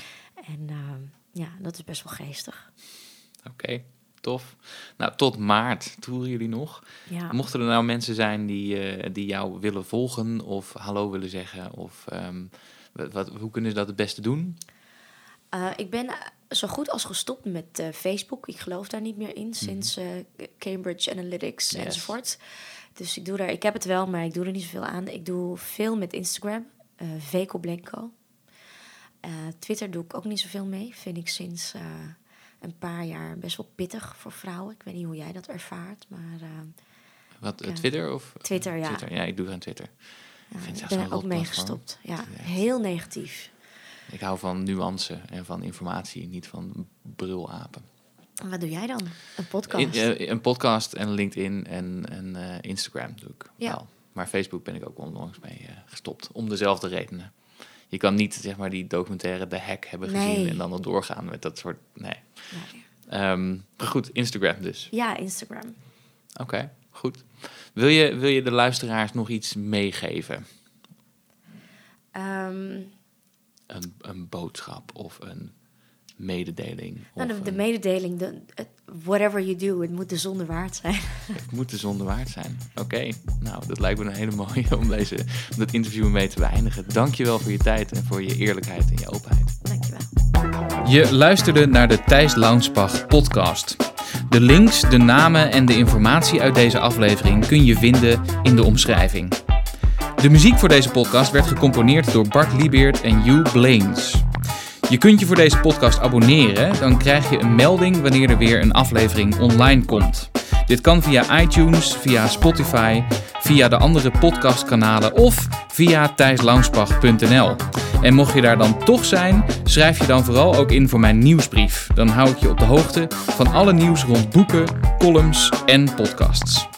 En uh, ja, dat is best wel geestig. Oké, okay, tof. Nou, tot maart toeren jullie nog. Ja. Mochten er nou mensen zijn die, uh, die jou willen volgen of hallo willen zeggen, of um, wat, hoe kunnen ze dat het beste doen? Uh, ik ben zo goed als gestopt met uh, Facebook. Ik geloof daar niet meer in sinds uh, Cambridge Analytics yes. enzovoort. Dus ik doe daar, ik heb het wel, maar ik doe er niet zoveel aan. Ik doe veel met Instagram, uh, Veco Blanco. Uh, Twitter doe ik ook niet zoveel mee. Vind ik sinds uh, een paar jaar best wel pittig voor vrouwen. Ik weet niet hoe jij dat ervaart, maar... Uh, Wat, uh, Twitter? Of, Twitter, ja. Twitter. Ja, ik doe aan Twitter. Ja, ik, ik ben er ook mee gestopt. Ja, heel negatief. Ik hou van nuance en van informatie, niet van brulapen. Wat doe jij dan? Een podcast? In, uh, een podcast en LinkedIn en, en uh, Instagram doe ik ja. wel. Maar Facebook ben ik ook onlangs mee uh, gestopt. Om dezelfde redenen. Je kan niet zeg maar die documentaire The Hack hebben gezien nee. en dan nog doorgaan met dat soort... Nee. nee. Um, maar goed, Instagram dus. Ja, Instagram. Oké, okay, goed. Wil je, wil je de luisteraars nog iets meegeven? Um, Een, een boodschap of een mededeling? Nou, of de, de een... mededeling, de, whatever you do, het moet de zonde waard zijn. Het moet de zonde waard zijn. Oké, okay. Nou, dat lijkt me een hele mooie om, deze, om dit interview mee te beëindigen. Dank je wel voor je tijd en voor je eerlijkheid en je openheid. Dank je wel. Je luisterde naar de Thijs Launsbach podcast. De links, de namen en de informatie uit deze aflevering kun je vinden in de omschrijving. De muziek voor deze podcast werd gecomponeerd door Bart Liebeert en Hugh Blaines. Je kunt je voor deze podcast abonneren, dan krijg je een melding wanneer er weer een aflevering online komt. Dit kan via iTunes, via Spotify, via de andere podcastkanalen of via thijs launsbach punt n l. En mocht je daar dan toch zijn, schrijf je dan vooral ook in voor mijn nieuwsbrief. Dan hou ik je op de hoogte van alle nieuws rond boeken, columns en podcasts.